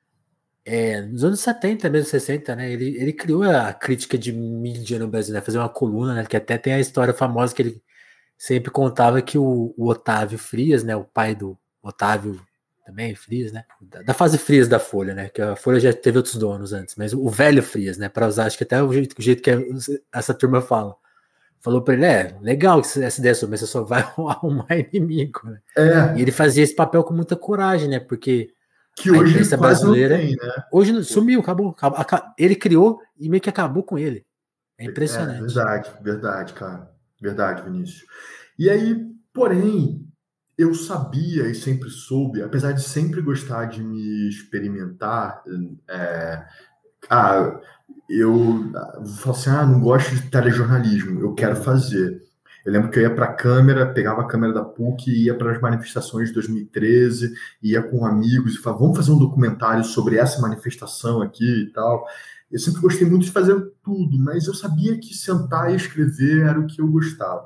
é, nos anos setenta, mesmo sessenta, né? Ele, ele criou a crítica de mídia no Brasil, né? Fazer uma coluna, né? Que até tem a história famosa que ele sempre contava que o, o Otávio Frias, né? O pai do Otávio, também, Frias, né? Da, da fase Frias da Folha, né? Que a Folha já teve outros donos antes, mas o, o velho Frias, né? Para usar, acho que até o jeito, o jeito que essa turma fala. Falou para ele, é, legal essa ideia sua, mas você só vai arrumar inimigo, né? É. E ele fazia esse papel com muita coragem, né? Porque que a hoje imprensa quase brasileira não tem, né? Hoje sumiu, acabou, acabou. Ele criou e meio que acabou com ele. É É impressionante. verdade, verdade, cara. Verdade, Vinícius. E aí, porém, eu sabia e sempre soube, apesar de sempre gostar de me experimentar, é, ah, eu falo assim, ah, não gosto de telejornalismo, eu quero fazer. Eu lembro que eu ia para a câmera, pegava a câmera da P U C, ia para as manifestações de dois mil e treze, ia com amigos e falava, vamos fazer um documentário sobre essa manifestação aqui e tal. Eu sempre gostei muito de fazer tudo, mas eu sabia que sentar e escrever era o que eu gostava.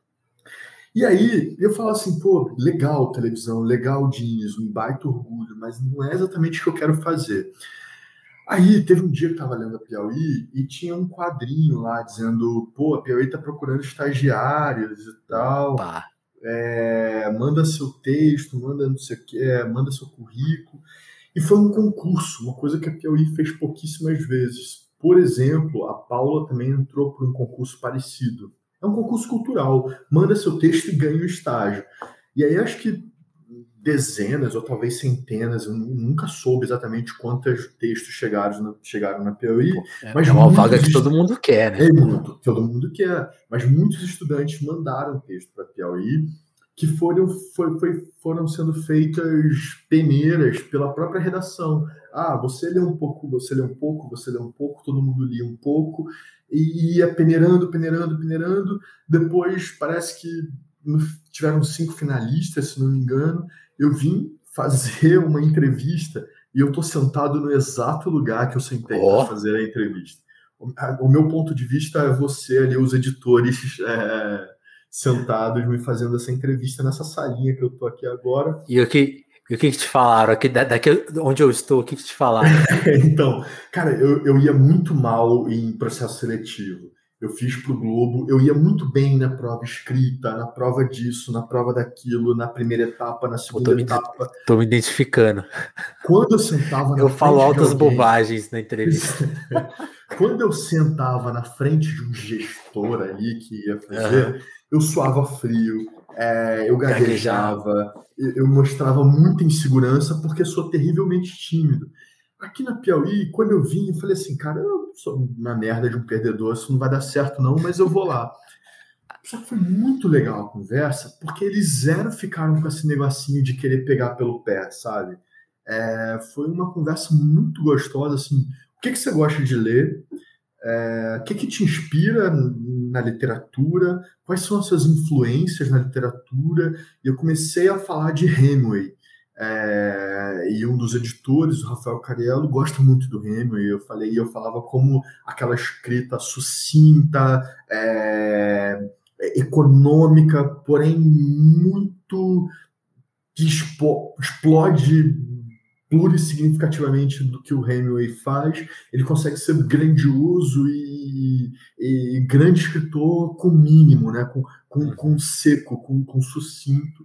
E aí, eu falo assim, pô, legal televisão, legal jeans, um baita orgulho, mas não é exatamente o que eu quero fazer. Aí, teve um dia que eu estava lendo a Piauí e tinha um quadrinho lá dizendo, pô, a Piauí está procurando estagiários e tal, é, manda seu texto, manda não sei o que, manda seu currículo. E foi um concurso, uma coisa que a Piauí fez pouquíssimas vezes. Por exemplo, a Paula também entrou por um concurso parecido. É um concurso cultural, manda seu texto e ganha o estágio. E aí acho que dezenas ou talvez centenas, eu nunca soube exatamente quantos textos chegaram na, chegaram na Piauí. Pô, é, mas é uma vaga que todo mundo quer, né? É muito, todo mundo quer. Mas muitos estudantes mandaram texto para a Piauí que foram, foi, foi, foram sendo feitas peneiras pela própria redação. Ah, você lê um pouco, você lê um pouco, você lê um pouco, todo mundo lia um pouco, e ia peneirando, peneirando, peneirando. Depois, parece que tiveram cinco finalistas, se não me engano. Eu vim fazer uma entrevista e eu estou sentado no exato lugar que eu sentei oh. para fazer a entrevista. O meu ponto de vista é você ali, os editores... É... sentados me fazendo essa entrevista nessa salinha que eu tô aqui agora. E o que, e o que, que te falaram? Aqui, daqui onde eu estou, o que, que te falaram? Então, cara, eu, eu ia muito mal em processo seletivo. Eu fiz pro Globo, eu ia muito bem na prova escrita, na prova disso, na prova daquilo, na primeira etapa, na segunda tô me, etapa. Tô me identificando. Quando eu sentava na eu frente falo altas de alguém, bobagens na entrevista. Quando eu sentava na frente de um gestor ali que ia fazer, uhum. eu suava frio, é, eu gaguejava, eu, eu mostrava muita insegurança porque sou terrivelmente tímido. Aqui na Piauí, quando eu vim, eu falei assim, cara, eu sou uma merda de um perdedor, isso não vai dar certo não, mas eu vou lá. Só que foi muito legal a conversa, porque eles zero ficaram com esse negocinho de querer pegar pelo pé, sabe? É, foi uma conversa muito gostosa, assim, o que, que você gosta de ler? É, o que, que te inspira na literatura? Quais são as suas influências na literatura? E eu comecei a falar de Hemingway. É, e um dos editores, o Rafael Cariello, gosta muito do Hemingway. Eu falei, eu falava como aquela escrita sucinta, é, econômica, porém muito que expo, explode plurissignificativamente do que o Hemingway faz. Ele consegue ser grandioso e, e grande escritor com mínimo, né? com, com, com seco, com, com sucinto.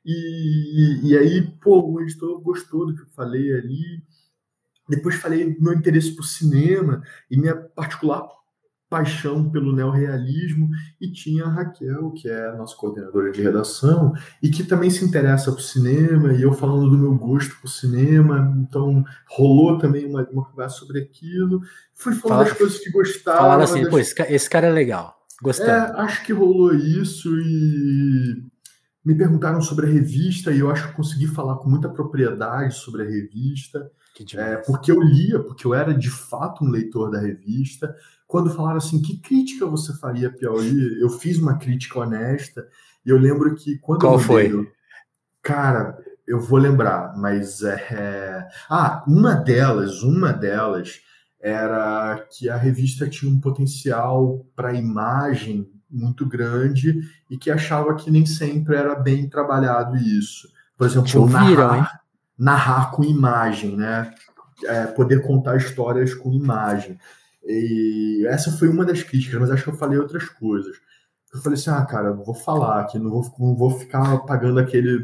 E, e aí, pô, o editor gostou do que eu falei ali. Depois falei do meu interesse por cinema e minha particular paixão pelo neorrealismo, e tinha a Raquel, que é a nossa coordenadora de redação, e que também se interessa por cinema, e eu falando do meu gosto por cinema, então rolou também uma, uma conversa sobre aquilo, fui falando Fala, das coisas que gostava. Falaram assim, das... pô, esse, esse cara é legal, gostando. É, acho que rolou isso, e me perguntaram sobre a revista, e eu acho que consegui falar com muita propriedade sobre a revista, é, porque eu lia, porque eu era de fato um leitor da revista. Quando falaram assim, que crítica você faria a Piauí? Eu fiz uma crítica honesta, e eu lembro que quando Qual eu foi? Eu... Cara, eu vou lembrar, mas é... Ah, uma delas, uma delas era que a revista tinha um potencial para imagem muito grande e que achava que nem sempre era bem trabalhado isso. Por exemplo, ouviram, narrar, narrar com imagem, né? É, poder contar histórias com imagem. E essa foi uma das críticas, mas acho que eu falei outras coisas. Eu falei assim, ah, cara, vou falar aqui, não vou, não vou ficar pagando aquele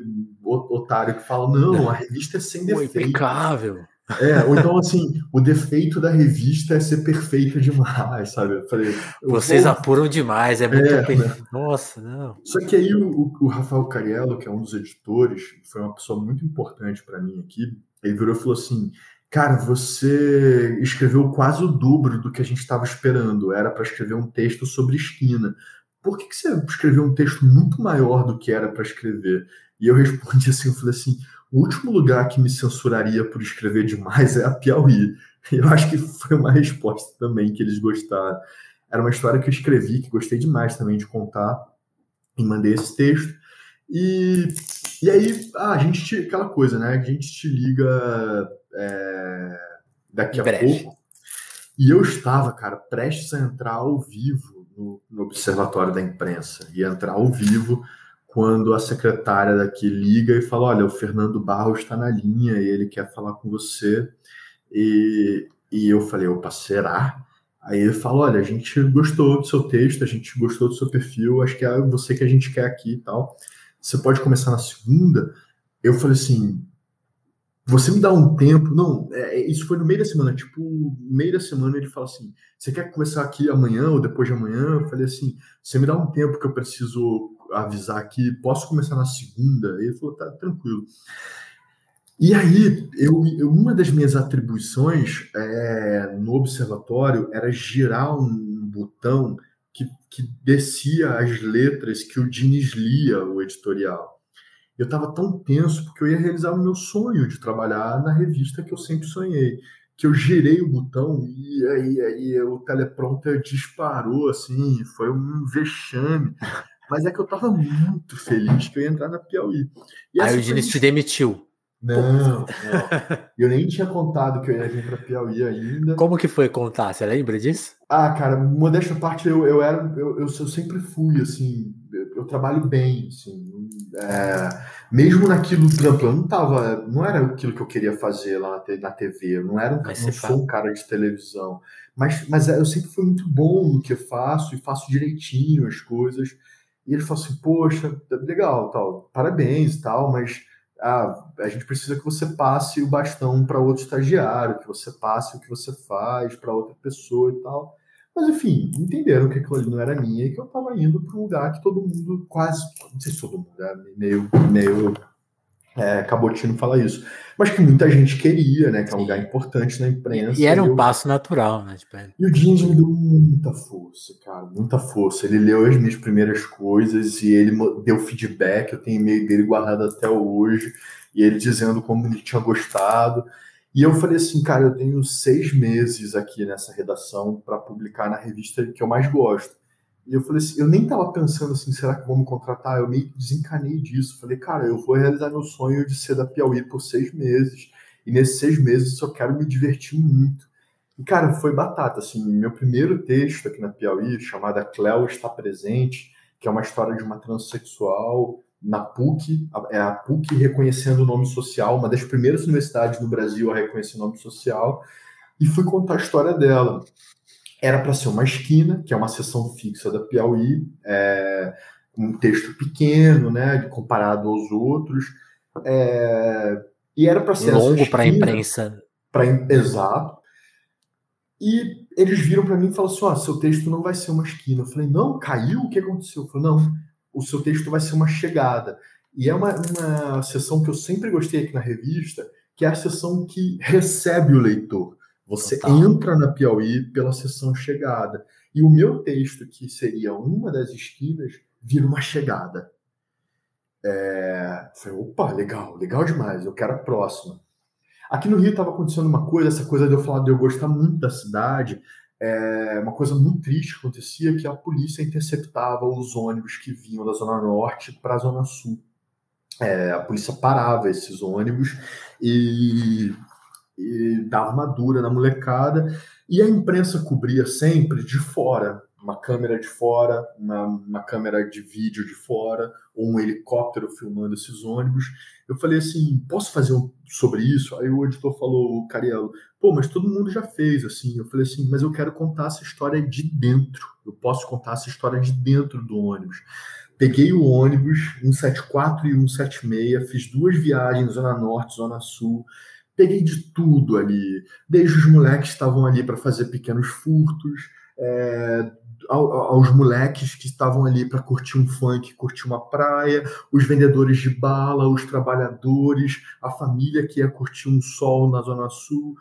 otário que fala, não, a revista é sem defeito. Impecável. É, ou então, assim, o defeito da revista é ser perfeita demais, sabe? Eu falei, eu Vocês vou... apuram demais, é muito... É, per... né? Nossa, não. Só que aí o, o Rafael Cariello, que é um dos editores, foi uma pessoa muito importante para mim aqui, ele virou e falou assim, cara, você escreveu quase o dobro do que a gente estava esperando, era para escrever um texto sobre esquina. Por que, que você escreveu um texto muito maior do que era para escrever? E eu respondi assim, eu falei assim, o último lugar que me censuraria por escrever demais é a Piauí. Eu acho que foi uma resposta também que eles gostaram. Era uma história que eu escrevi, que gostei demais também de contar, e mandei esse texto. E, e aí, ah, a gente, te, aquela coisa, né? A gente te liga é, daqui Em a breve. pouco. E eu estava, cara, prestes a entrar ao vivo no, no Observatório da Imprensa. Ia entrar ao vivo quando a secretária daqui liga e fala, olha, o Fernando Barros está na linha e ele quer falar com você. E, e eu falei, opa, será? Aí ele falou, olha, a gente gostou do seu texto, a gente gostou do seu perfil, acho que é você que a gente quer aqui e tal. Você pode começar na segunda? Eu falei assim, você me dá um tempo? Não, é, isso foi no meio da semana, tipo, no meio da semana ele fala assim, você quer começar aqui amanhã ou depois de amanhã? Eu falei assim, você me dá um tempo que eu preciso avisar aqui, posso começar na segunda? Ele falou, tá, tranquilo. E aí, eu, eu, uma das minhas atribuições é, no observatório era girar um botão que, que descia as letras que o Diniz lia, o editorial. Eu estava tão tenso porque eu ia realizar o meu sonho de trabalhar na revista que eu sempre sonhei, que eu girei o botão e aí, aí o teleprompter disparou, assim, foi um vexame. Mas é que eu estava muito feliz que eu ia entrar na Piauí. E Aí essa o foi Diniz te demitiu. não, não. Eu nem tinha contado que eu ia vir para Piauí ainda. Como que foi contar? Você lembra disso? Ah, cara, modéstia à parte, eu, eu era, eu, eu, eu sempre fui, assim, eu, eu trabalho bem, assim, é, mesmo naquilo, por exemplo, eu não tava, não era aquilo que eu queria fazer lá na, T- na T V, eu não era um, ca- Mas não você sou fala. um cara de televisão, mas, mas eu sempre fui muito bom no que eu faço e faço direitinho as coisas. E ele falou assim, poxa, legal, tal, parabéns, tal, mas ah, a gente precisa que você passe o bastão para outro estagiário, que você passe o que você faz para outra pessoa e tal. Mas enfim, entenderam que aquilo ali não era minha e que eu estava indo para um lugar que todo mundo, quase, não sei se todo mundo, é meio, meio é, cabotino falar isso, mas que muita gente queria, né? Que é um lugar Sim. importante na E, e imprensa. era E um eu passo natural, né? Tipo, é- e o James me deu muita força, cara, muita força. Ele leu as minhas primeiras coisas e ele mo- deu feedback. Eu tenho e-mail dele guardado até hoje, e ele dizendo como ele tinha gostado. E eu falei assim, cara, eu tenho seis meses aqui nessa redação para publicar na revista que eu mais gosto. E eu falei assim, eu nem tava pensando assim, será que vão me contratar? Eu meio que desencanei disso. Falei, cara, eu vou realizar meu sonho de ser da Piauí por seis meses. E nesses seis meses eu só quero me divertir muito. E, cara, foi batata, assim, meu primeiro texto aqui na Piauí, chamada Cléo Está Presente, que é uma história de uma transexual na PUC, é a PUC reconhecendo o nome social, uma das primeiras universidades no Brasil a reconhecer o nome social, e fui contar a história dela. Era para ser uma esquina, que é uma seção fixa da Piauí, é, um texto pequeno, né, comparado aos outros, é, e era para ser essa longo para a esquina, imprensa. para exato. E eles viram para mim e falaram assim: ó, seu texto não vai ser uma esquina. Eu falei: não, caiu? O que aconteceu? Eu falei: não, o seu texto vai ser uma chegada. E é uma, uma sessão que eu sempre gostei aqui na revista, que é a sessão que recebe o leitor. Você Total. entra na Piauí pela sessão chegada. E o meu texto, que seria uma das esquinas, vira uma chegada. É... Eu falei: opa, legal, legal demais, eu quero a próxima. Aqui no Rio estava acontecendo uma coisa, essa coisa de eu falar de eu gostar muito da cidade, é uma coisa muito triste que acontecia, que a polícia interceptava os ônibus que vinham da Zona Norte para a Zona Sul. É, a polícia parava esses ônibus e, e dava uma dura na molecada, e a imprensa cobria sempre de fora, uma câmera de fora, uma, uma câmera de vídeo de fora, ou um helicóptero filmando esses ônibus. Eu falei assim, posso fazer um sobre isso? Aí o editor falou, o Cariello, pô, mas todo mundo já fez, assim. Eu falei assim, mas eu quero contar essa história de dentro. Eu posso contar essa história de dentro do ônibus. peguei o ônibus cento e setenta e quatro e cento e setenta e seis, fiz duas viagens, Zona Norte, Zona Sul, peguei de tudo ali, desde os moleques que estavam ali para fazer pequenos furtos, é, aos moleques que estavam ali para curtir um funk, curtir uma praia, os vendedores de bala, os trabalhadores, a família que ia curtir um sol na Zona Sul.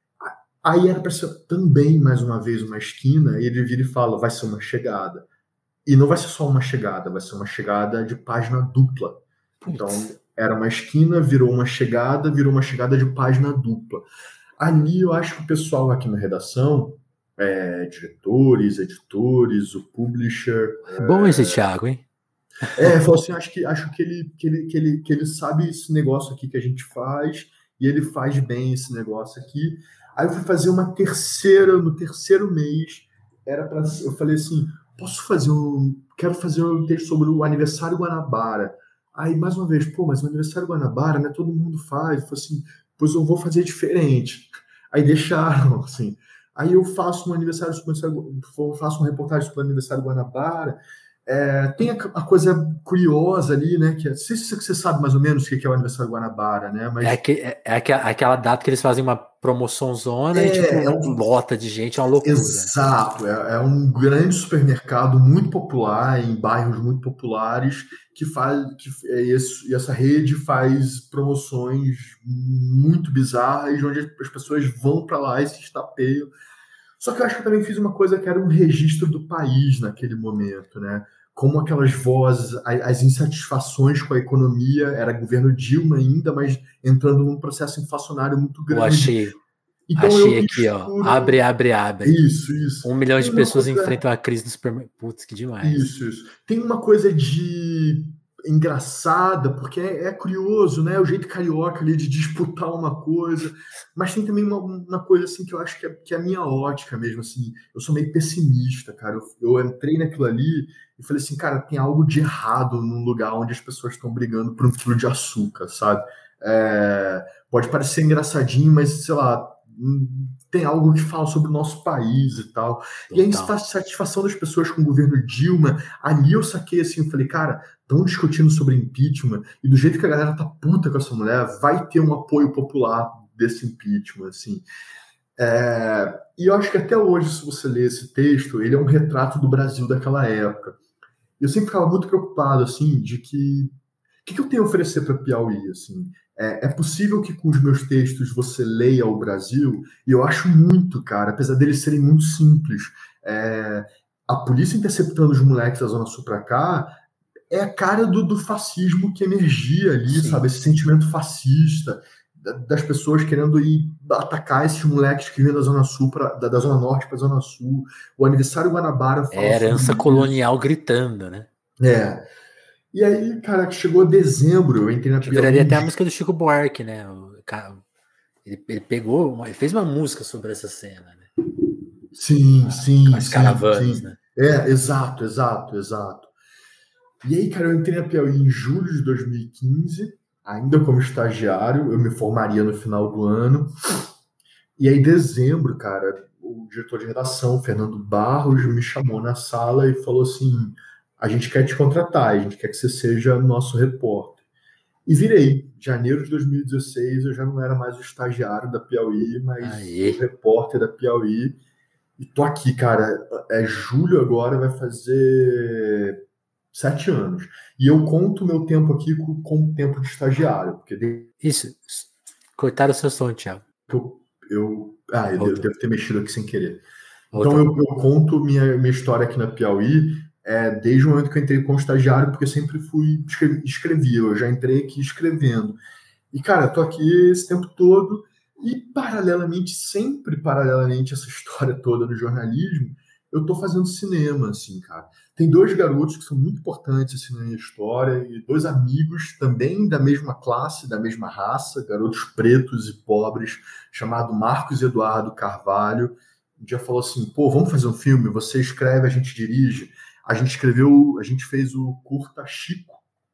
Aí era para ser também, mais uma vez, uma esquina, e ele vira e fala, vai ser uma chegada. E não vai ser só uma chegada, vai ser uma chegada de página dupla. Putz. Então, era uma esquina, virou uma chegada, virou uma chegada de página dupla. Ali eu acho que o pessoal aqui na redação, é, diretores, editores, o publisher... É bom esse Thiago, hein? É, falou assim, acho que, acho que, ele, que, ele, que, ele, que ele sabe esse negócio aqui que a gente faz, e ele faz bem esse negócio aqui. Aí eu fui fazer uma terceira, no terceiro mês, era para, eu falei assim, posso fazer um, quero fazer um texto sobre o aniversário Guanabara. Aí, mais uma vez, pô, mas o aniversário Guanabara, né, todo mundo faz. Eu falei assim, pois eu vou fazer diferente. Aí deixaram, assim. Aí eu faço um aniversário, eu faço uma reportagem sobre o aniversário Guanabara. É, tem a, a coisa curiosa ali, né? Que é, não sei se você sabe mais ou menos o que é o aniversário Guanabara, né? Mas é, que, é, é aquela data que eles fazem uma promoçãozona é, e tipo, é um, lota de gente, é uma loucura. Exato, é, é um grande supermercado muito popular, em bairros muito populares, que faz que é esse, e essa rede faz promoções muito bizarras, onde as pessoas vão para lá e se estapeiam. Só que eu acho que eu também fiz uma coisa que era um registro do país naquele momento, né? Como aquelas vozes, as insatisfações com a economia, era governo Dilma ainda, mas entrando num processo inflacionário muito grande. Eu achei, então achei eu aqui, misturo... ó, abre, abre, abre. Isso, isso. Um milhão de Tem pessoas coisa... enfrentam a crise do supermercado. Putz, que demais. Isso, isso. Tem uma coisa de engraçada, porque é, é curioso, né? O jeito carioca ali de disputar uma coisa, mas tem também uma, uma coisa assim que eu acho que é, que é a minha ótica mesmo, assim. Eu sou meio pessimista, cara. Eu, eu entrei naquilo ali e falei assim, cara, tem algo de errado num lugar onde as pessoas estão brigando por um quilo de açúcar, sabe? É, pode parecer engraçadinho, mas sei lá, tem algo que fala sobre o nosso país e tal. Total. E a insatisfação das pessoas com o governo Dilma, ali eu saquei assim, eu falei, cara, estão discutindo sobre impeachment, e do jeito que a galera tá puta com essa mulher, vai ter um apoio popular desse impeachment, assim. É, e eu acho que até hoje, se você ler esse texto, ele é um retrato do Brasil daquela época. Eu sempre ficava muito preocupado, assim, de que o que, que eu tenho a oferecer para Piauí, assim? É, é possível que com os meus textos você leia o Brasil, e eu acho muito, cara, apesar deles serem muito simples. É, a polícia interceptando os moleques da Zona Sul para cá é a cara do, do fascismo que emergia ali, Sim. sabe? Esse sentimento fascista das pessoas querendo ir atacar esses moleques que vêm da Zona Sul, pra, da, da Zona Norte para a Zona Sul. O aniversário Guanabara fala é herança colonial isso. Gritando, né? É. E aí, cara, que chegou dezembro, eu entrei na Piauí. Viraria até a música do Chico Buarque, né? O cara, ele, ele pegou, uma, ele fez uma música sobre essa cena, né? Sim, ah, sim, as sim, caravanas, sim. né? É, exato, exato, exato. E aí, cara, eu entrei na Piauí em julho de dois mil e quinze, ainda como estagiário, eu me formaria no final do ano. E aí, em dezembro, cara, o diretor de redação, Fernando Barros, me chamou na sala e falou assim: a gente quer te contratar, a gente quer que você seja nosso repórter. E virei. Em janeiro de dois mil e dezesseis, eu já não era mais o estagiário da Piauí, mas Aê. o repórter da Piauí. E tô aqui, cara. É julho agora, vai fazer sete anos. E eu conto meu tempo aqui com, com o tempo de estagiário. Porque de... Isso. Cortaram o seu som, Thiago. Eu, eu, ah, eu devo ter mexido aqui sem querer. Voltou. Então eu, eu conto minha, minha história aqui na Piauí é, desde o momento que eu entrei como estagiário, porque eu sempre fui escrevi, escrevi, eu já entrei aqui escrevendo. E, cara, eu tô aqui esse tempo todo e, paralelamente, sempre paralelamente essa história toda no jornalismo, eu tô fazendo cinema, assim, cara. Tem dois garotos que são muito importantes assim, na minha história, e dois amigos também da mesma classe, da mesma raça, garotos pretos e pobres, chamado Marcos Eduardo Carvalho. Um dia falou assim, pô, vamos fazer um filme? Você escreve, a gente dirige. A gente escreveu, a gente fez o curta Chico,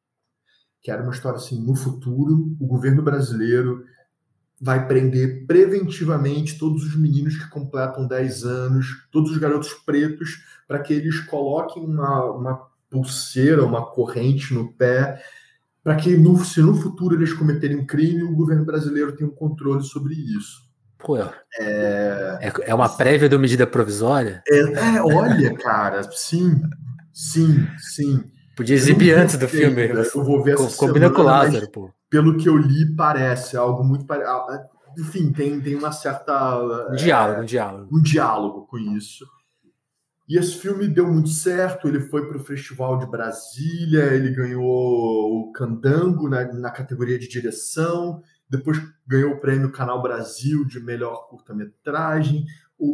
que era uma história assim, no futuro, o governo brasileiro vai prender preventivamente todos os meninos que completam dez anos, todos os garotos pretos, para que eles coloquem uma, uma pulseira, uma corrente no pé, para que no, se no futuro eles cometerem um crime, o governo brasileiro tenha um controle sobre isso. Pô, É, é, é uma prévia de uma medida provisória? É, é, olha, cara, sim, sim, sim. Podia exibir antes do sei, filme. Eu vou ver essa Combina semana, com o Lázaro, pô. Pelo que eu li, parece algo muito parecido. Enfim, tem, tem uma certa... Um diálogo, é, um diálogo. Um diálogo com isso. E esse filme deu muito certo, ele foi para o Festival de Brasília, ele ganhou o Candango na, na categoria de direção, depois ganhou o prêmio Canal Brasil de melhor curta-metragem.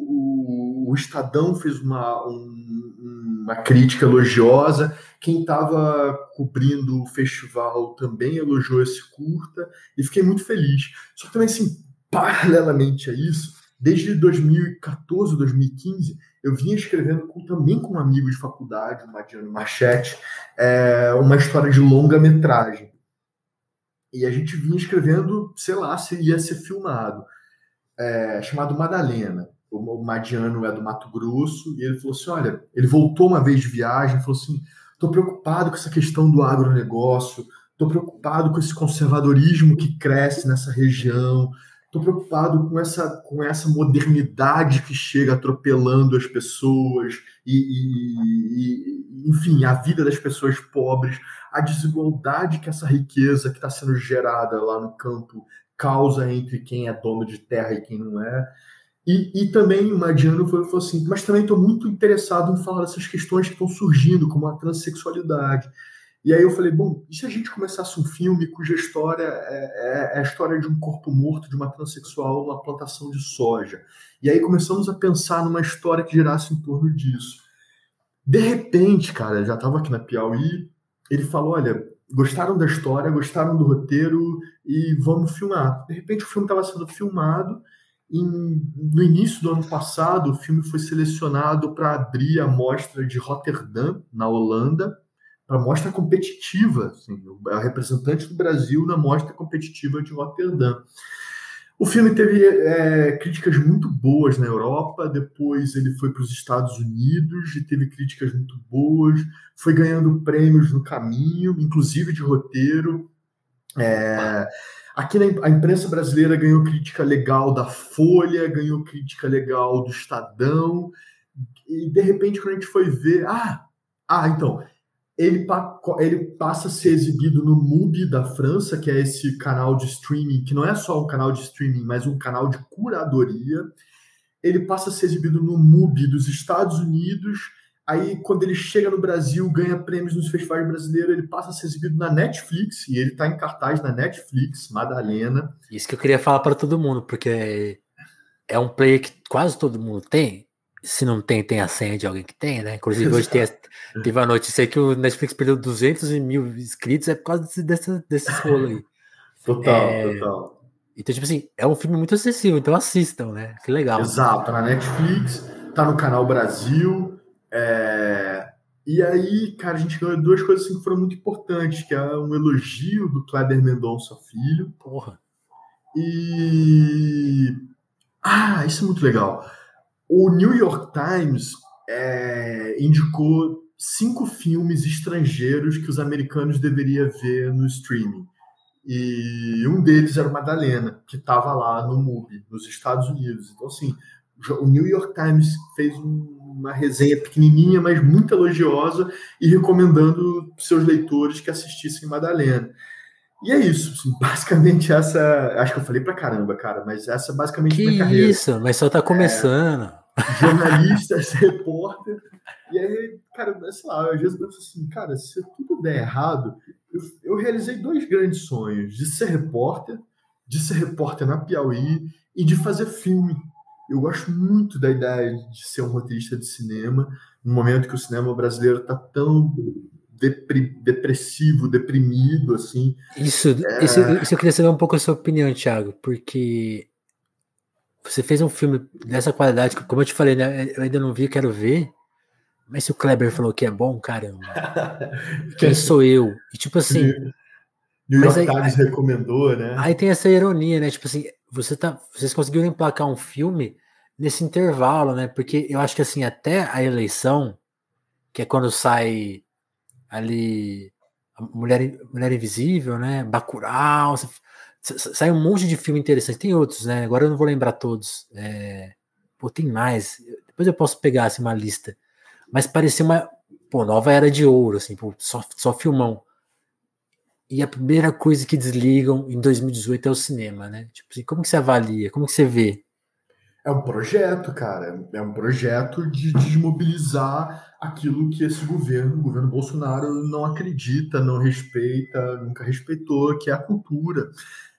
O, o, o Estadão fez uma, um, uma crítica elogiosa. Quem estava cobrindo o festival também elogiou esse curta, e fiquei muito feliz. Só que também, assim, paralelamente a isso, desde dois mil e quatorze, dois mil e quinze, eu vinha escrevendo com, também com um amigo de faculdade, o Madiano Machete, é, uma história de longa-metragem. E a gente vinha escrevendo, sei lá, se ia ser filmado, é, chamado Madalena. O Madiano é do Mato Grosso, e ele falou assim, olha, ele voltou uma vez de viagem, falou assim, estou preocupado com essa questão do agronegócio, estou preocupado com esse conservadorismo que cresce nessa região, estou preocupado com essa, com essa modernidade que chega atropelando as pessoas, e, e, e, enfim, a vida das pessoas pobres, a desigualdade que essa riqueza que está sendo gerada lá no campo causa entre quem é dono de terra e quem não é. E, e também o Madiano falou, falou assim, mas também estou muito interessado em falar dessas questões que estão surgindo, como a transexualidade. E aí eu falei, bom, e se a gente começasse um filme cuja história é, é, é a história de um corpo morto de uma transexual numa plantação de soja? E aí começamos a pensar numa história que girasse em torno disso. De repente, cara, já estava aqui na Piauí, ele falou, olha, gostaram da história, gostaram do roteiro e vamos filmar. De repente o filme estava sendo filmado. Em, no início do ano passado, o filme foi selecionado para abrir a mostra de Rotterdam, na Holanda, para a mostra competitiva, assim, a representante do Brasil na mostra competitiva de Rotterdam. O filme teve é, críticas muito boas na Europa, depois ele foi para os Estados Unidos e teve críticas muito boas, foi ganhando prêmios no caminho, inclusive de roteiro. É, aqui na, a imprensa brasileira ganhou crítica legal da Folha, ganhou crítica legal do Estadão, e de repente quando a gente foi ver, ah, ah então, ele, ele passa a ser exibido no MUBI da França, que é esse canal de streaming, que não é só um canal de streaming, mas um canal de curadoria. Ele passa a ser exibido no MUBI dos Estados Unidos. Aí, quando ele chega no Brasil, ganha prêmios nos festivais brasileiros, ele passa a ser exibido na Netflix, e ele está em cartaz na Netflix, Madalena. Isso que eu queria falar para todo mundo, porque é um player que quase todo mundo tem. Se não tem, tem a senha de alguém que tem, né? Inclusive, hoje tem a, teve a notícia aí que o Netflix perdeu duzentos mil inscritos, é por causa desse, desse, desses rolos aí. Total, é, total. Então, tipo assim, é um filme muito acessível, então assistam, né? Que legal. Exato, tá na Netflix, tá no Canal Brasil. É... E aí, cara, a gente ganhou duas coisas assim que foram muito importantes, que é um elogio do Kleber Mendonça Filho. Porra. E... Ah, isso é muito legal. O New York Times é, indicou cinco filmes estrangeiros que os americanos deveriam ver no streaming. E um deles era o Madalena, que estava lá no MUBI, nos Estados Unidos. Então, assim, o New York Times fez uma resenha pequenininha, mas muito elogiosa, e recomendando seus leitores que assistissem Madalena. E é isso, assim, basicamente essa... Acho que eu falei pra caramba, cara, mas essa é basicamente que minha carreira. Isso, mas só tá começando. É, jornalista, repórter. E aí, cara, sei lá, às vezes eu penso assim, cara, se tudo der errado, eu, eu realizei dois grandes sonhos, de ser repórter, de ser repórter na Piauí e de fazer filme. Eu gosto muito da ideia de ser um roteirista de cinema, no momento que o cinema brasileiro tá tão depri, depressivo, deprimido, assim. Isso, é... isso, isso eu queria saber um pouco a sua opinião, Thiago, porque você fez um filme dessa qualidade, que, como eu te falei, né, eu ainda não vi, quero ver, mas se o Kleber falou que é bom, caramba, quem sou eu? E tipo assim... New York aí, Times aí, recomendou, né? Aí tem essa ironia, né? Tipo assim, você tá, vocês conseguiram emplacar um filme nesse intervalo, né? Porque eu acho que assim, até a eleição, que é quando sai ali a Mulher, Mulher Invisível, né? Bacurau, sai um monte de filme interessante. Tem outros, né? Agora eu não vou lembrar todos. É... Pô, tem mais. Depois eu posso pegar assim, uma lista. Mas parecia uma pô, nova era de ouro, assim, pô, só, só filmão. E a primeira coisa que desligam em dois mil e dezoito é o cinema, né? Tipo assim, como que você avalia? Como que você vê? É um projeto, cara. É um projeto de desmobilizar aquilo que esse governo, o governo Bolsonaro, não acredita, não respeita, nunca respeitou, que é a cultura.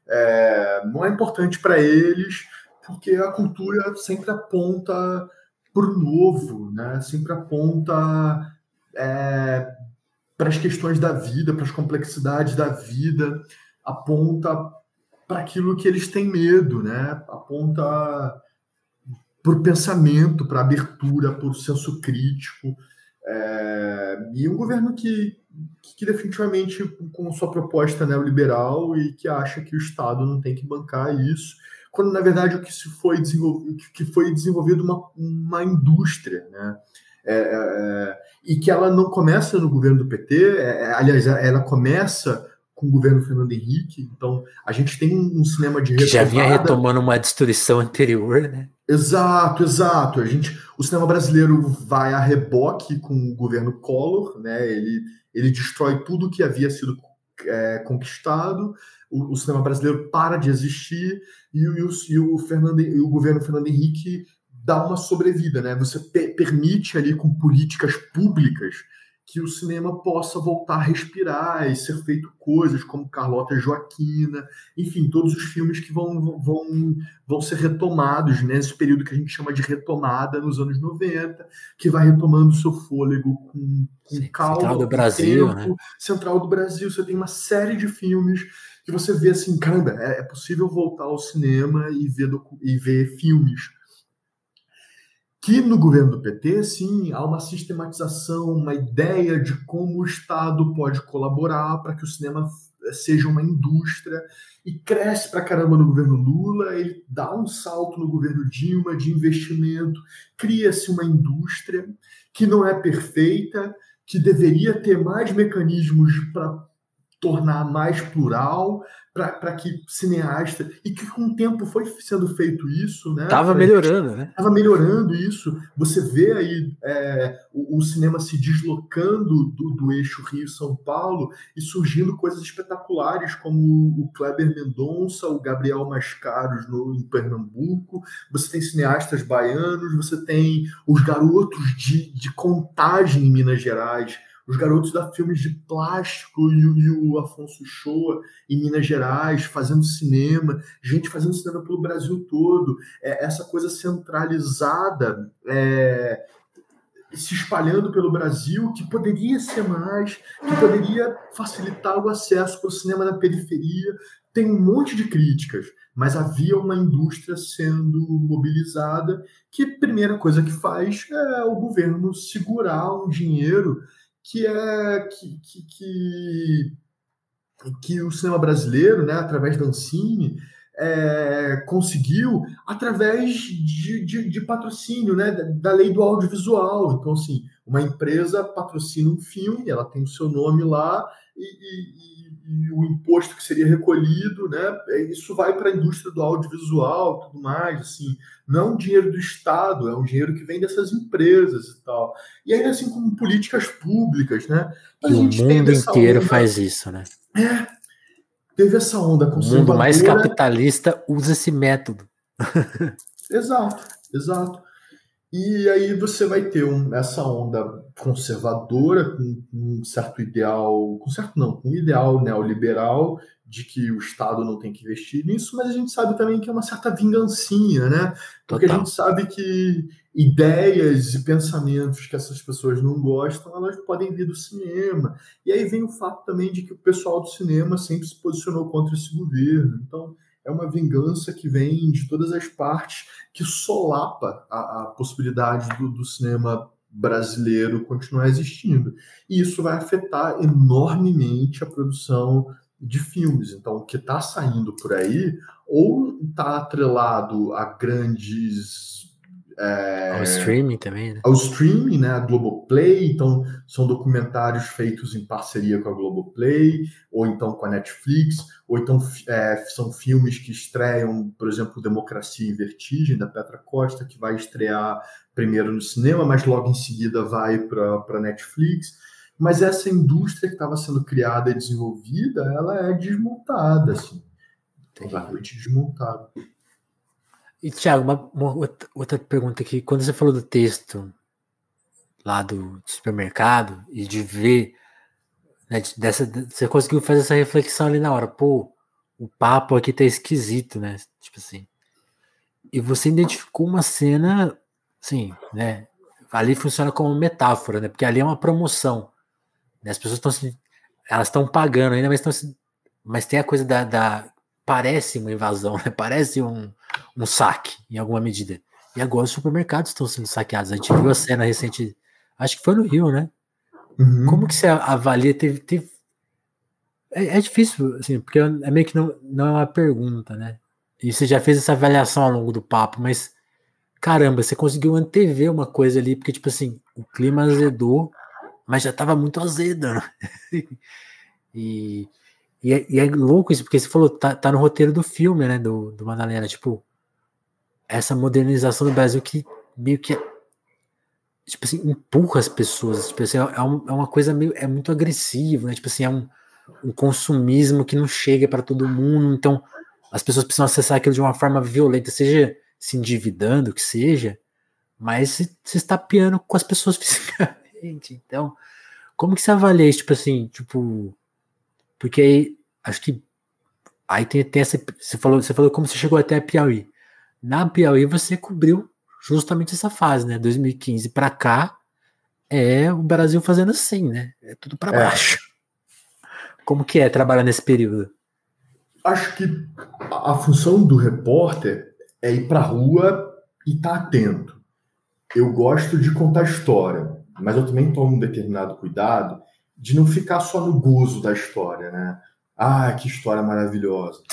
É, não é importante para eles, porque a cultura sempre aponta para o novo, né? Sempre aponta é, para as questões da vida, para as complexidades da vida, aponta para aquilo que eles têm medo, né? Aponta para o pensamento, para a abertura, para o senso crítico. É, e um governo que, que definitivamente com sua proposta neoliberal e que acha que o Estado não tem que bancar isso, quando na verdade o que se foi desenvolvido, que foi desenvolvido uma, uma indústria, né? É, é, e que ela não começa no governo do P T, é, aliás, ela começa com o governo Fernando Henrique. Então a gente tem um cinema de retomada. Que já vinha retomada. retomando uma destruição anterior, né? Exato, exato. A gente, o cinema brasileiro vai a reboque com o governo Collor, né? Ele, ele destrói tudo que havia sido é, conquistado. O, o cinema brasileiro para de existir e, e, o, e, o, Fernando, e o governo Fernando Henrique dá uma sobrevida, né? Você pe- permite ali com políticas públicas que o cinema possa voltar a respirar e ser feito coisas como Carlota Joaquina, enfim, todos os filmes que vão, vão, vão ser retomados nesse período que a gente chama de retomada nos anos noventa, que vai retomando seu fôlego com, com Sim, calma, Central do com Brasil, tempo. Né? Central do Brasil, você tem uma série de filmes que você vê assim, caramba, é, é possível voltar ao cinema e ver, e ver filmes. Que no governo do P T, sim, há uma sistematização, uma ideia de como o Estado pode colaborar para que o cinema seja uma indústria, e cresce pra caramba no governo Lula, ele dá um salto no governo Dilma de investimento, cria-se uma indústria que não é perfeita, que deveria ter mais mecanismos para tornar mais plural, para que cineasta, e que com o tempo foi sendo feito isso, né? Tava melhorando, né? Tava melhorando isso. Você vê aí é, o, o cinema se deslocando do, do eixo Rio-São Paulo e surgindo coisas espetaculares, como o Kleber Mendonça, o Gabriel Mascaros no, em Pernambuco. Você tem cineastas baianos, você tem os garotos de, de Contagem em Minas Gerais, os garotos da Filmes de Plástico e, e o Afonso Shoa em Minas Gerais, fazendo cinema, gente fazendo cinema pelo Brasil todo, é, essa coisa centralizada é, se espalhando pelo Brasil, que poderia ser mais, que poderia facilitar o acesso para o cinema na periferia. Tem um monte de críticas, mas havia uma indústria sendo mobilizada, que a primeira coisa que faz é o governo segurar um dinheiro que é que, que, que, que o cinema brasileiro, né, através da Ancine, é, conseguiu através de, de, de patrocínio, né, da, da lei do audiovisual. Então, assim, uma empresa patrocina um filme, ela tem o seu nome lá, e, e, e o imposto que seria recolhido, né, isso vai para a indústria do audiovisual e tudo mais, assim, não é um dinheiro do Estado, é um dinheiro que vem dessas empresas e tal. E ainda assim com políticas públicas, né? E o mundo inteiro onda... faz isso, né? É, teve essa onda conservadora. O mundo mais capitalista usa esse método. Exato, exato. E aí você vai ter um, essa onda conservadora, com, com um certo ideal, com certo não, com um ideal neoliberal de que o Estado não tem que investir nisso, mas a gente sabe também que é uma certa vingancinha, né? Porque Total. A gente sabe que ideias e pensamentos que essas pessoas não gostam, elas podem vir do cinema. E aí vem o fato também de que o pessoal do cinema sempre se posicionou contra esse governo. Então, é uma vingança que vem de todas as partes, que solapa a, a possibilidade do, do cinema brasileiro continuar existindo. E isso vai afetar enormemente a produção de filmes. Então, o que está saindo por aí ou está atrelado a grandes É, ao streaming também, né? Ao streaming, né? A Globoplay, então são documentários feitos em parceria com a Globoplay, ou então com a Netflix, ou então é, são filmes que estreiam, por exemplo, Democracia em Vertigem, da Petra Costa, que vai estrear primeiro no cinema, mas logo em seguida vai para a Netflix. Mas essa indústria que estava sendo criada e desenvolvida, ela é desmontada, assim, completamente desmontada. E, Thiago, uma, uma outra, outra pergunta aqui. Quando você falou do texto lá do supermercado e de ver, né, dessa, você conseguiu fazer essa reflexão ali na hora. Pô, o papo aqui tá esquisito, né? Tipo assim. E você identificou uma cena, assim, né? Ali funciona como metáfora, né? Porque ali é uma promoção. Né? As pessoas estão se... Elas estão pagando ainda, mas estão se... Mas tem a coisa da... da... Parece uma invasão, né? Parece um, um saque, em alguma medida. E agora os supermercados estão sendo saqueados. A gente viu a cena recente, acho que foi no Rio, né? Uhum. Como que você avalia? Teve, teve... É, é difícil, assim, porque é meio que não, não é uma pergunta, né? E você já fez essa avaliação ao longo do papo, mas caramba, você conseguiu antever uma coisa ali, porque, tipo assim, o clima azedou, mas já tava muito azedo, né? e, e, é, e é louco isso, porque você falou, tá, tá no roteiro do filme, né, do, do Madalena, tipo, essa modernização do Brasil que meio que, tipo assim, empurra as pessoas, tipo assim, é, um, é uma coisa meio, é muito agressivo, né, tipo assim, é um, um consumismo que não chega para todo mundo, então as pessoas precisam acessar aquilo de uma forma violenta, seja se endividando, que seja, mas se, se estapeando com as pessoas fisicamente. Então, como que você avalia isso? Tipo assim, tipo, porque aí, acho que aí tem, tem essa, você falou, você falou como você chegou até a Piauí. Na Piauí você cobriu justamente essa fase, né? dois mil e quinze para cá é o Brasil fazendo assim, né? É tudo para baixo. É. Como que é trabalhar nesse período? Acho que a função do repórter é ir para a rua e estar atento. Eu gosto de contar história, mas eu também tomo um determinado cuidado de não ficar só no gozo da história, né? Ah, que história maravilhosa.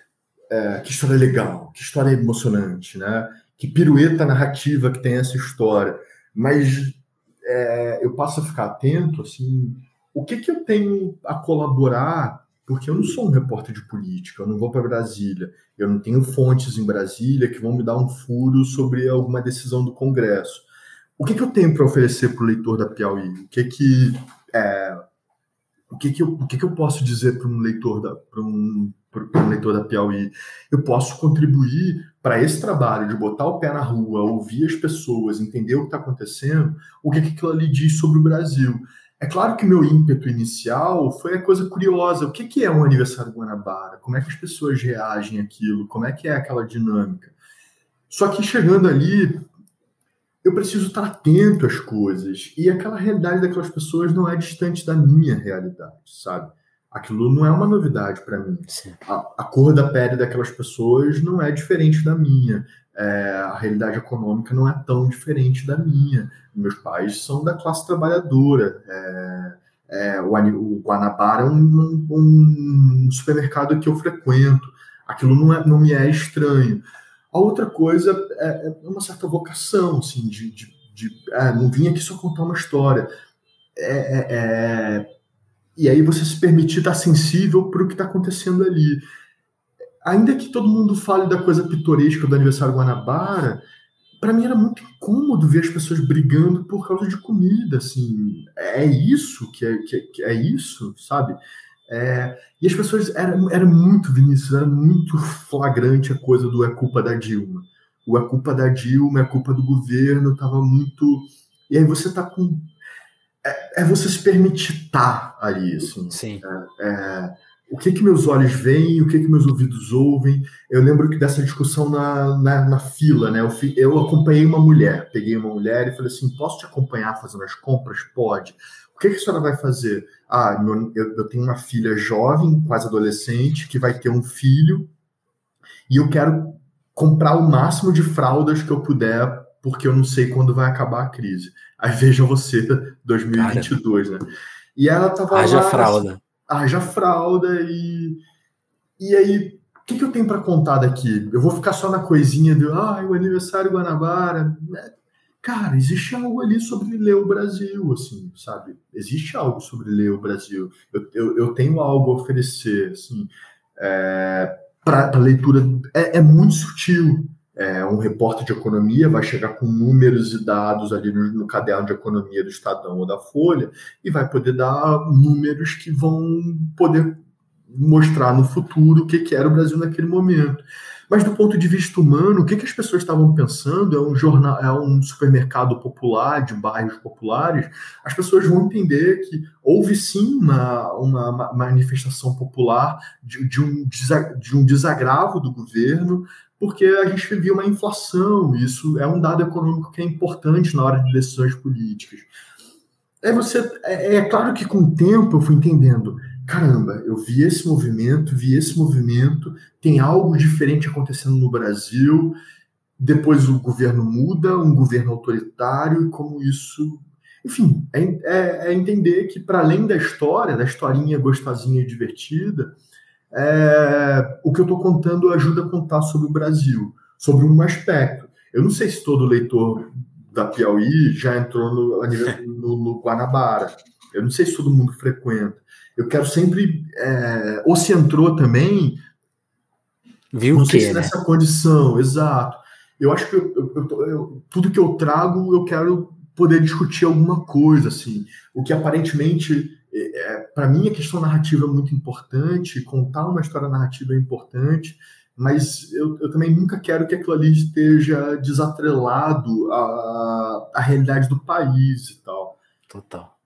É, que história legal, que história emocionante, né? Que pirueta narrativa que tem essa história. Mas é, eu passo a ficar atento, assim, o que que eu tenho a colaborar. Porque eu não sou um repórter de política, eu não vou para Brasília, eu não tenho fontes em Brasília que vão me dar um furo sobre alguma decisão do Congresso. O que, que eu tenho para oferecer para o leitor da Piauí? O que que, é, o que, que, eu, o que, que eu posso dizer para um leitor da, para um, para um leitor da Piauí? Eu posso contribuir para esse trabalho de botar o pé na rua, ouvir as pessoas, entender o que está acontecendo, o que, que aquilo ali diz sobre o Brasil. É claro que meu ímpeto inicial foi a coisa curiosa. O que, que é um aniversário do Guanabara? Como é que as pessoas reagem àquilo? Como é que é aquela dinâmica? Só que chegando ali, eu preciso estar atento às coisas. E aquela realidade daquelas pessoas não é distante da minha realidade, sabe? Aquilo não é uma novidade para mim. A, a cor da pele daquelas pessoas não é diferente da minha. É, a realidade econômica não é tão diferente da minha. Meus pais são da classe trabalhadora. É, é, o, o Guanabara é um, um, um supermercado que eu frequento. Aquilo não, é, não me é estranho. A outra coisa é, é uma certa vocação, assim, de, de, de é, não vim aqui só contar uma história. É, é, é, e aí você se permitir estar sensível para o que está acontecendo ali. Ainda que todo mundo fale da coisa pitoresca do aniversário Guanabara, para mim era muito incômodo ver as pessoas brigando por causa de comida, assim, é isso que é, que é, que é isso, sabe? É, e as pessoas, era, era muito, Vinícius, era muito flagrante a coisa do é culpa da Dilma. O é culpa da Dilma, é culpa do governo, tava muito... E aí você tá com... É, é você se permitir estar ali, assim. Sim. É, é, o que que meus olhos veem, o que que meus ouvidos ouvem. Eu lembro que dessa discussão na, na, na fila, né? Eu, eu acompanhei uma mulher, peguei uma mulher e falei assim, posso te acompanhar fazendo as compras? Pode. O que que a senhora vai fazer? Ah, meu, eu, eu tenho uma filha jovem, quase adolescente, que vai ter um filho e eu quero comprar o máximo de fraldas que eu puder, porque eu não sei quando vai acabar a crise. Aí veja você, dois mil e vinte e dois, Cara, né? E ela tava haja lá... fralda. Haja fralda e... E aí o que, que eu tenho para contar daqui? Eu vou ficar só na coisinha do, ah, o aniversário Guanabara. Cara, existe algo ali sobre ler o Brasil, assim, sabe? Existe algo sobre ler o Brasil. Eu, eu, eu tenho algo a oferecer, assim, é, para leitura. É, é muito sutil. É, um repórter de economia vai chegar com números e dados ali no, no caderno de economia do Estadão ou da Folha e vai poder dar números que vão poder mostrar no futuro o que, que era o Brasil naquele momento. Mas do ponto de vista humano, o que, que as pessoas estavam pensando é um jornal, é um supermercado popular, de bairros populares. As pessoas vão entender que houve sim uma, uma manifestação popular de, de, um, de um desagravo do governo, porque a gente vivia uma inflação. Isso é um dado econômico que é importante na hora de decisões políticas. É, você, é, é claro que com o tempo eu fui entendendo, caramba, eu vi esse movimento, vi esse movimento, tem algo diferente acontecendo no Brasil, depois o governo muda, um governo autoritário, e como isso... Enfim, é, é, é entender que para além da história, da historinha gostosinha e divertida, é, o que eu estou contando ajuda a contar sobre o Brasil, sobre um aspecto. Eu não sei se todo leitor da Piauí já entrou no, no, no Guanabara, eu não sei se todo mundo frequenta. Eu quero sempre... É, ou se entrou também... Viu não que, sei se né? nessa condição, exato. Eu acho que eu, eu, eu, eu, tudo que eu trago, eu quero poder discutir alguma coisa, assim. O que aparentemente... É, para mim, a questão narrativa é muito importante, contar uma história narrativa é importante, mas eu, eu também nunca quero que aquilo ali esteja desatrelado à, à realidade do país e tal. Total.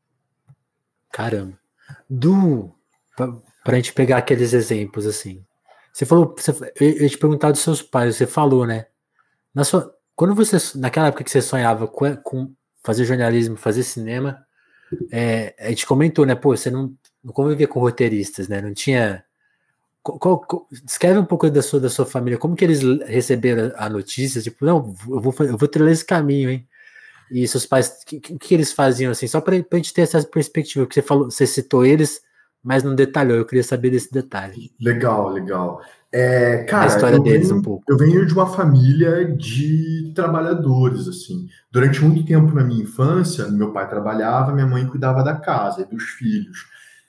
Caramba. Du, pra, pra gente pegar aqueles exemplos, assim. Você falou, você, eu ia te perguntar dos seus pais, você falou, né? Na sua, quando você, naquela época que você sonhava com, com fazer jornalismo, fazer cinema, é, a gente comentou, né? Pô, você não, não convivia com roteiristas, né? Não tinha... Qual, qual, descreve um pouco da sua, da sua família, como que eles receberam a notícia? Tipo, não, eu vou, eu vou trilhar esse caminho, hein? E seus pais, o que, que eles faziam assim? Só para a gente ter essa perspectiva, que você falou, você citou eles, mas não detalhou. Eu queria saber desse detalhe. Legal, legal. É, Da cara, história eu deles um venho, pouco. eu venho de uma família de trabalhadores, assim. Durante muito tempo na minha infância, meu pai trabalhava, minha mãe cuidava da casa e dos filhos.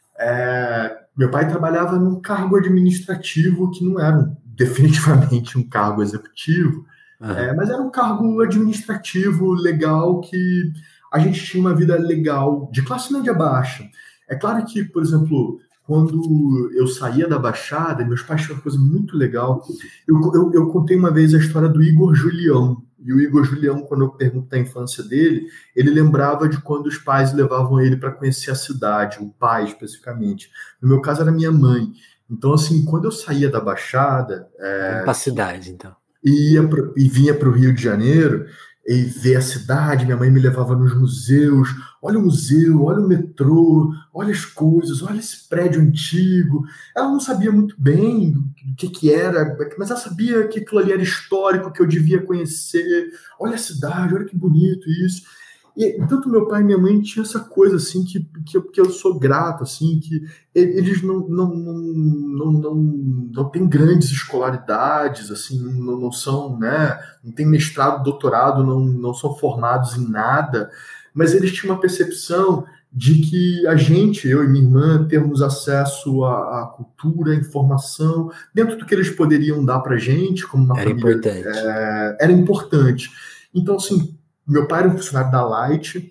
É, meu pai trabalhava num cargo administrativo que não era um, definitivamente um cargo executivo, Uhum. é, mas era um cargo administrativo legal que a gente tinha uma vida legal, de classe média baixa. É claro que, por exemplo, quando eu saía da Baixada, meus pais tinham uma coisa muito legal. Eu, eu, eu contei uma vez a história do Igor Julião. E o Igor Julião, quando eu pergunto da infância dele, ele lembrava de quando os pais levavam ele para conhecer a cidade, o pai especificamente. No meu caso, era minha mãe. Então, assim, quando eu saía da Baixada... É, Vamos para a cidade, então. E, ia pro, e vinha para o Rio de Janeiro e ver a cidade, minha mãe me levava nos museus, olha o museu, olha o metrô, olha as coisas, olha esse prédio antigo. Ela não sabia muito bem o que, que era, mas ela sabia que aquilo ali era histórico, que eu devia conhecer. Olha a cidade, olha que bonito isso. E tanto meu pai e minha mãe tinham essa coisa assim que, que, eu, que eu sou grato, assim, que eles não, não, não, não, não, não têm grandes escolaridades, assim, não, não são, né, não têm mestrado, doutorado, não, não são formados em nada, mas eles tinham uma percepção de que a gente, eu e minha irmã, termos acesso à, à cultura, à informação, dentro do que eles poderiam dar pra gente, como uma era família, importante. É, era importante. Então, assim, meu pai era um funcionário da Light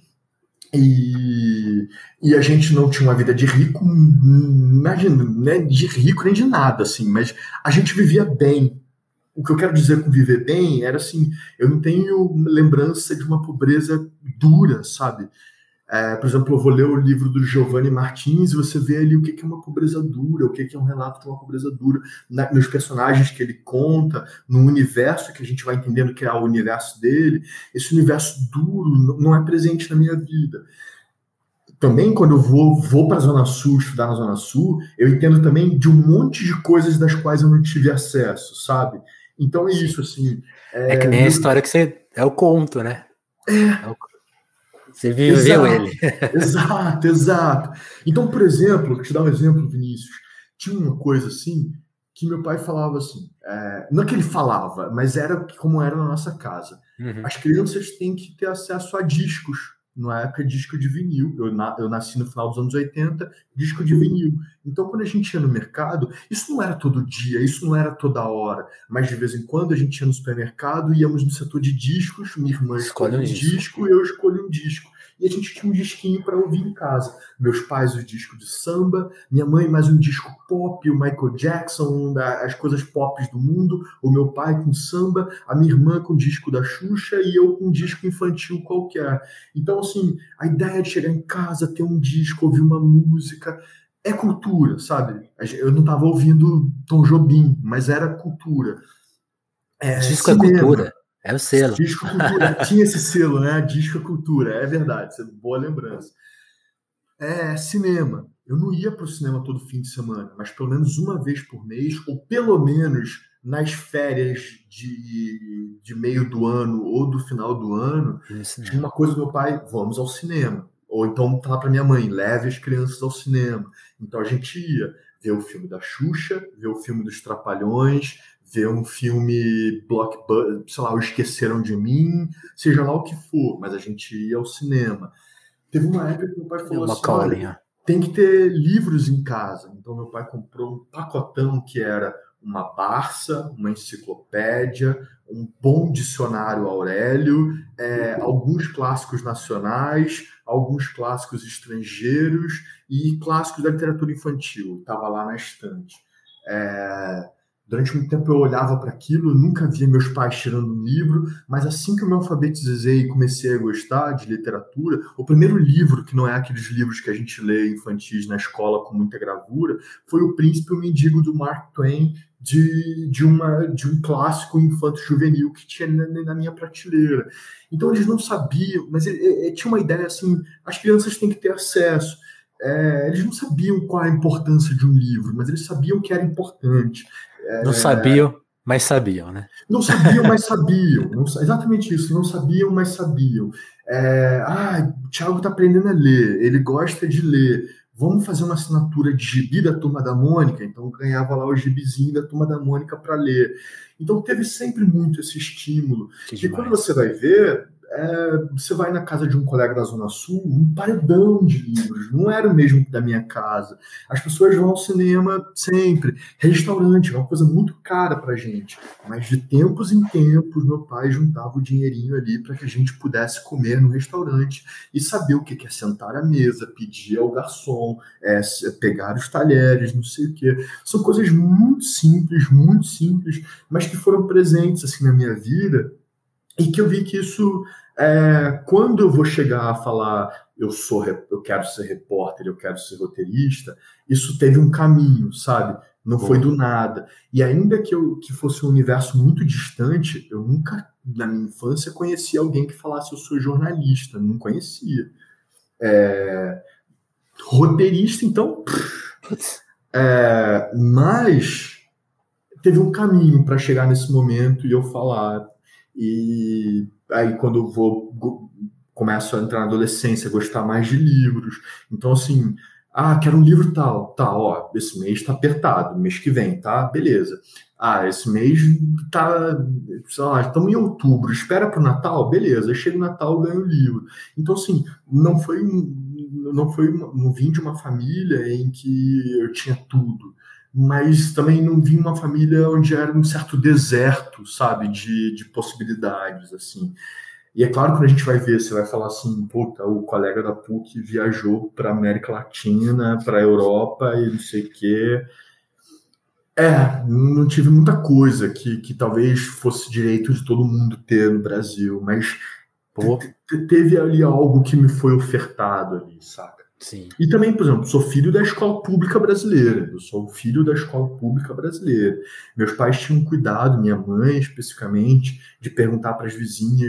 e, e a gente não tinha uma vida de rico, imagina, né, de rico nem de nada, assim, mas a gente vivia bem. O que eu quero dizer com viver bem era assim, eu não tenho lembrança de uma pobreza dura, sabe? É, por exemplo, eu vou ler o livro do Giovanni Martins e você vê ali o que é uma pobreza dura, o que é um relato de uma pobreza dura, na, nos personagens que ele conta, no universo que a gente vai entendendo que é o universo dele. Esse universo duro não é presente na minha vida. Também, quando eu vou, vou para a Zona Sul, estudar na Zona Sul, eu entendo também de um monte de coisas das quais eu não tive acesso, sabe? Então é isso, assim... É, é que nem meu... a história que você... É o conto, né? É... é o... Você viveu exato, ele. Exato, exato. Então, por exemplo, vou te dar um exemplo, Vinícius. Tinha uma coisa assim que meu pai falava assim, é, não é que ele falava, mas era como era na nossa casa. Uhum. As crianças têm que ter acesso a discos, na época disco de vinil. Eu, na, eu nasci no final dos anos oitenta, disco de vinil. Então, quando a gente ia no mercado, isso não era todo dia, isso não era toda hora, mas de vez em quando a gente ia no supermercado, íamos no setor de discos, minha irmã escolhe um disco e eu escolho um disco. E a gente tinha um disquinho para ouvir em casa. Meus pais, o disco de samba, minha mãe mais um disco pop, o Michael Jackson, as coisas pop do mundo, o meu pai com samba, a minha irmã com disco da Xuxa e eu com um disco infantil qualquer. Então, assim, a ideia de chegar em casa, ter um disco, ouvir uma música, é cultura, sabe? Eu não estava ouvindo Tom Jobim, mas era cultura. É, disco cinema. É cultura. É o selo. Disco cultura. Tinha esse selo, né? Disco cultura. É verdade. Isso é boa lembrança. É cinema. Eu não ia para o cinema todo fim de semana, mas pelo menos uma vez por mês, ou pelo menos nas férias de, de meio do ano ou do final do ano, tinha uma coisa do meu pai, vamos ao cinema. Ou então falar para minha mãe, leve as crianças ao cinema. Então a gente ia ver o filme da Xuxa, ver o filme dos Trapalhões, ver um filme blockbuster, sei lá, o Esqueceram de Mim, seja lá o que for, mas a gente ia ao cinema. Teve uma época que meu pai falou assim, olha, tem que ter livros em casa. Então meu pai comprou um pacotão que era uma Barça, uma enciclopédia, um bom dicionário Aurélio, é, alguns clássicos nacionais, alguns clássicos estrangeiros e clássicos da literatura infantil. Estava lá na estante. É... Durante muito tempo eu olhava para aquilo, eu nunca via meus pais tirando um livro, mas assim que eu me alfabetizei e comecei a gostar de literatura, o primeiro livro, que não é aqueles livros que a gente lê infantis na escola com muita gravura, foi O Príncipe e o Mendigo, do Mark Twain, de, de, uma, de um clássico infanto-juvenil que tinha na, na minha prateleira. Então eles não sabiam, mas ele, ele, tinha uma ideia assim, as crianças têm que ter acesso. É, eles não sabiam qual a importância de um livro, mas eles sabiam que era importante. É, não sabiam, mas sabiam, né? Não sabiam, mas sabiam. Não, exatamente isso, não sabiam, mas sabiam. É, ah, o Thiago está aprendendo a ler, ele gosta de ler. Vamos fazer uma assinatura de gibi da Turma da Mônica? Então ganhava lá o gibizinho da Turma da Mônica para ler. Então teve sempre muito esse estímulo. Que e quando você vai ver, é, você vai na casa de um colega da Zona Sul, um paredão de livros, não era o mesmo que da minha casa. As pessoas vão ao cinema sempre. Restaurante é uma coisa muito cara pra gente, mas de tempos em tempos meu pai juntava o dinheirinho ali para que a gente pudesse comer no restaurante e saber o que é sentar à mesa, pedir ao garçom, é, pegar os talheres, não sei o quê. São coisas muito simples, muito simples, mas que foram presentes assim na minha vida. E que eu vi que isso, é, quando eu vou chegar a falar, eu sou, eu quero ser repórter, eu quero ser roteirista, isso teve um caminho, sabe? Não foi do nada. E ainda que, eu, que fosse um universo muito distante, eu nunca, na minha infância, conheci alguém que falasse eu sou jornalista, não conhecia. É, roteirista, então... É, mas teve um caminho para chegar nesse momento e eu falar... E aí quando eu vou começo a entrar na adolescência, gostar mais de livros. Então assim, ah, quero um livro tal, tá, ó, esse mês tá apertado, mês que vem, tá, beleza. Ah, esse mês tá, sei lá, estamos em outubro, espera pro Natal, beleza, aí chega o Natal, ganho o livro. Então assim, não foi, não foi, não vim de uma família em que eu tinha tudo. Mas também não vi uma família onde era um certo deserto, sabe, de, de possibilidades, assim. E é claro que quando a gente vai ver, você vai falar assim, puta, o colega da P U C viajou para América Latina, para a Europa e não sei o quê. É, não tive muita coisa que, que talvez fosse direito de todo mundo ter no Brasil, mas pô, teve ali algo que me foi ofertado ali, saca? Sim. E também, por exemplo, sou filho da escola pública brasileira. Eu sou filho da escola pública brasileira. Meus pais tinham cuidado, minha mãe especificamente, de perguntar para as vizinhas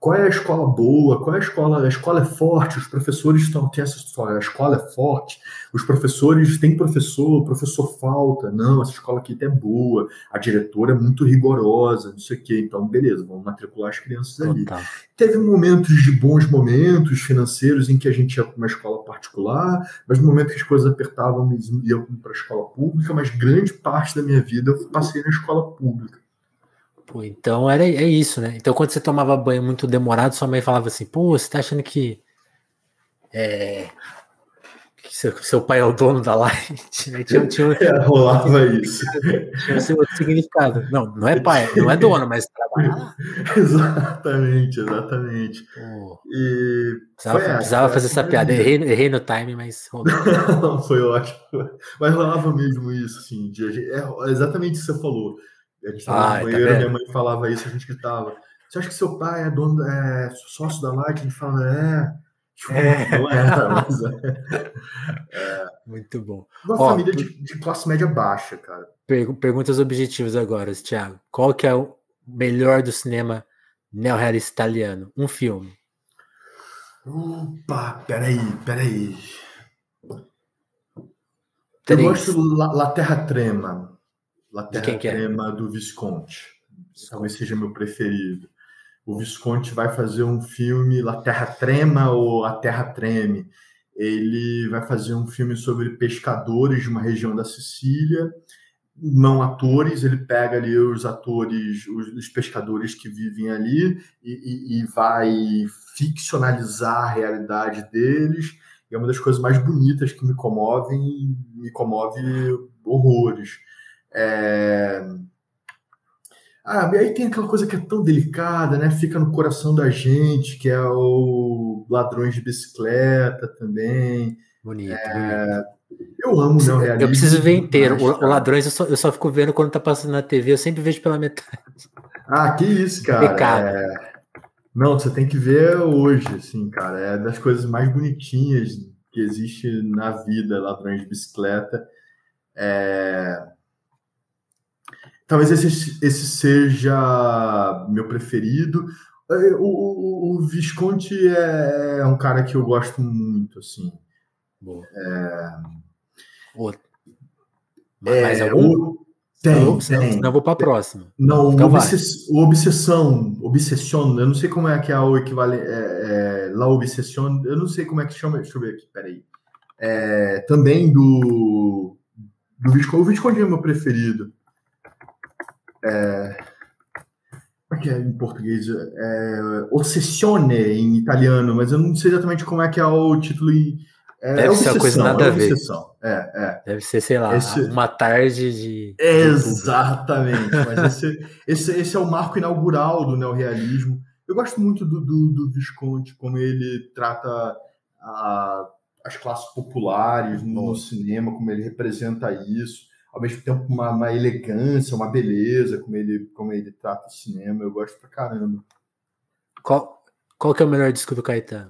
qual é a escola boa, qual é a escola, a escola é forte, os professores estão, tem essa história, a escola é forte, os professores, tem professor, o professor falta, não, essa escola aqui é boa, a diretora é muito rigorosa, não sei o quê, então beleza, vamos matricular as crianças ali. Total. Teve momentos de bons momentos financeiros em que a gente ia para uma escola particular, mas no momento que as coisas apertavam, eu ia para a escola pública, mas grande parte da minha vida eu passei na escola pública. Pô, então era, é isso, né? Então quando você tomava banho muito demorado, sua mãe falava assim, pô, você tá achando que, é, que seu, seu pai é o dono da Light? Né? Tinha, tinha, É, rolava isso. tinha esse outro significado. Não, não é pai, não é dono, mas trabalha lá. Exatamente, exatamente. Pô, E precisava, foi essa, precisava fazer essa essa piada. vida. Errei, errei no time, mas rolou. Foi ótimo. Mas rolava mesmo isso, assim. De, é exatamente o que você falou. A gente estava no Ai, tá banheiro, minha vendo? mãe falava isso, a gente gritava. Você acha que seu pai é dono, é sócio da Light? A gente falava, é. Tipo, É. não era, mas é. É. Muito bom. Uma Ó, família de, de classe média baixa, cara. per- perguntas objetivas agora, Thiago. Qual que é o melhor do cinema neorrealista italiano? Um filme. Opa, peraí, peraí. Eu gosto Três. La, La Terra Trema. La De Terra quem que é? Trema do Visconti. Talvez Visconti. seja meu preferido. O Visconti vai fazer um filme, La Terra Trema ou A Terra Treme. Ele vai fazer um filme sobre pescadores de uma região da Sicília, não atores, ele pega ali os atores, os, os pescadores que vivem ali e, e, e vai ficcionalizar a realidade deles. E é uma das coisas mais bonitas que me comovem, me comove horrores. É... Ah, e aí tem aquela coisa que é tão delicada, né? Fica no coração da gente, que é o Ladrões de Bicicleta também. Bonito, É... bonito. Eu amo o neorrealismo. Eu preciso ver inteiro. Demais, O, o cara. Ladrões eu só, eu só fico vendo quando tá passando na T V. Eu sempre vejo pela metade. Ah, que isso, cara. Pecado. É... Não, você tem que ver hoje, assim, cara. É das coisas mais bonitinhas que existe na vida, Ladrões de Bicicleta. É... Talvez esse, esse seja meu preferido. O, o, o Visconti é um cara que eu gosto muito, assim. Boa. É... Outro. Mais É, algum? o... Tem, senão, tem. senão eu vou pra próxima. Não, Então o, vai. obsess... o Obsessão, Obsession, eu não sei como é que é o equivalente, é, é, La Obsession, eu não sei como é que chama, deixa eu ver aqui, peraí. É, também do, do Visconti, o Visconti é meu preferido. É, como é que é em português? É, Ossessione em italiano, mas eu não sei exatamente como é que é o título em... É, Deve é ser uma coisa obsessão, nada é a ver. obsessão. É, é. Deve ser, sei lá, Esse... uma tarde de, de outubro. Exatamente, mas esse, esse, esse é o marco inaugural do neorrealismo. Eu gosto muito do, do, do Visconti, como ele trata a, as classes populares no, no cinema, como ele representa isso, ao mesmo tempo uma, uma elegância, uma beleza, como ele, como ele trata o cinema. Eu gosto pra caramba. Qual, qual que é o melhor disco do Caetano?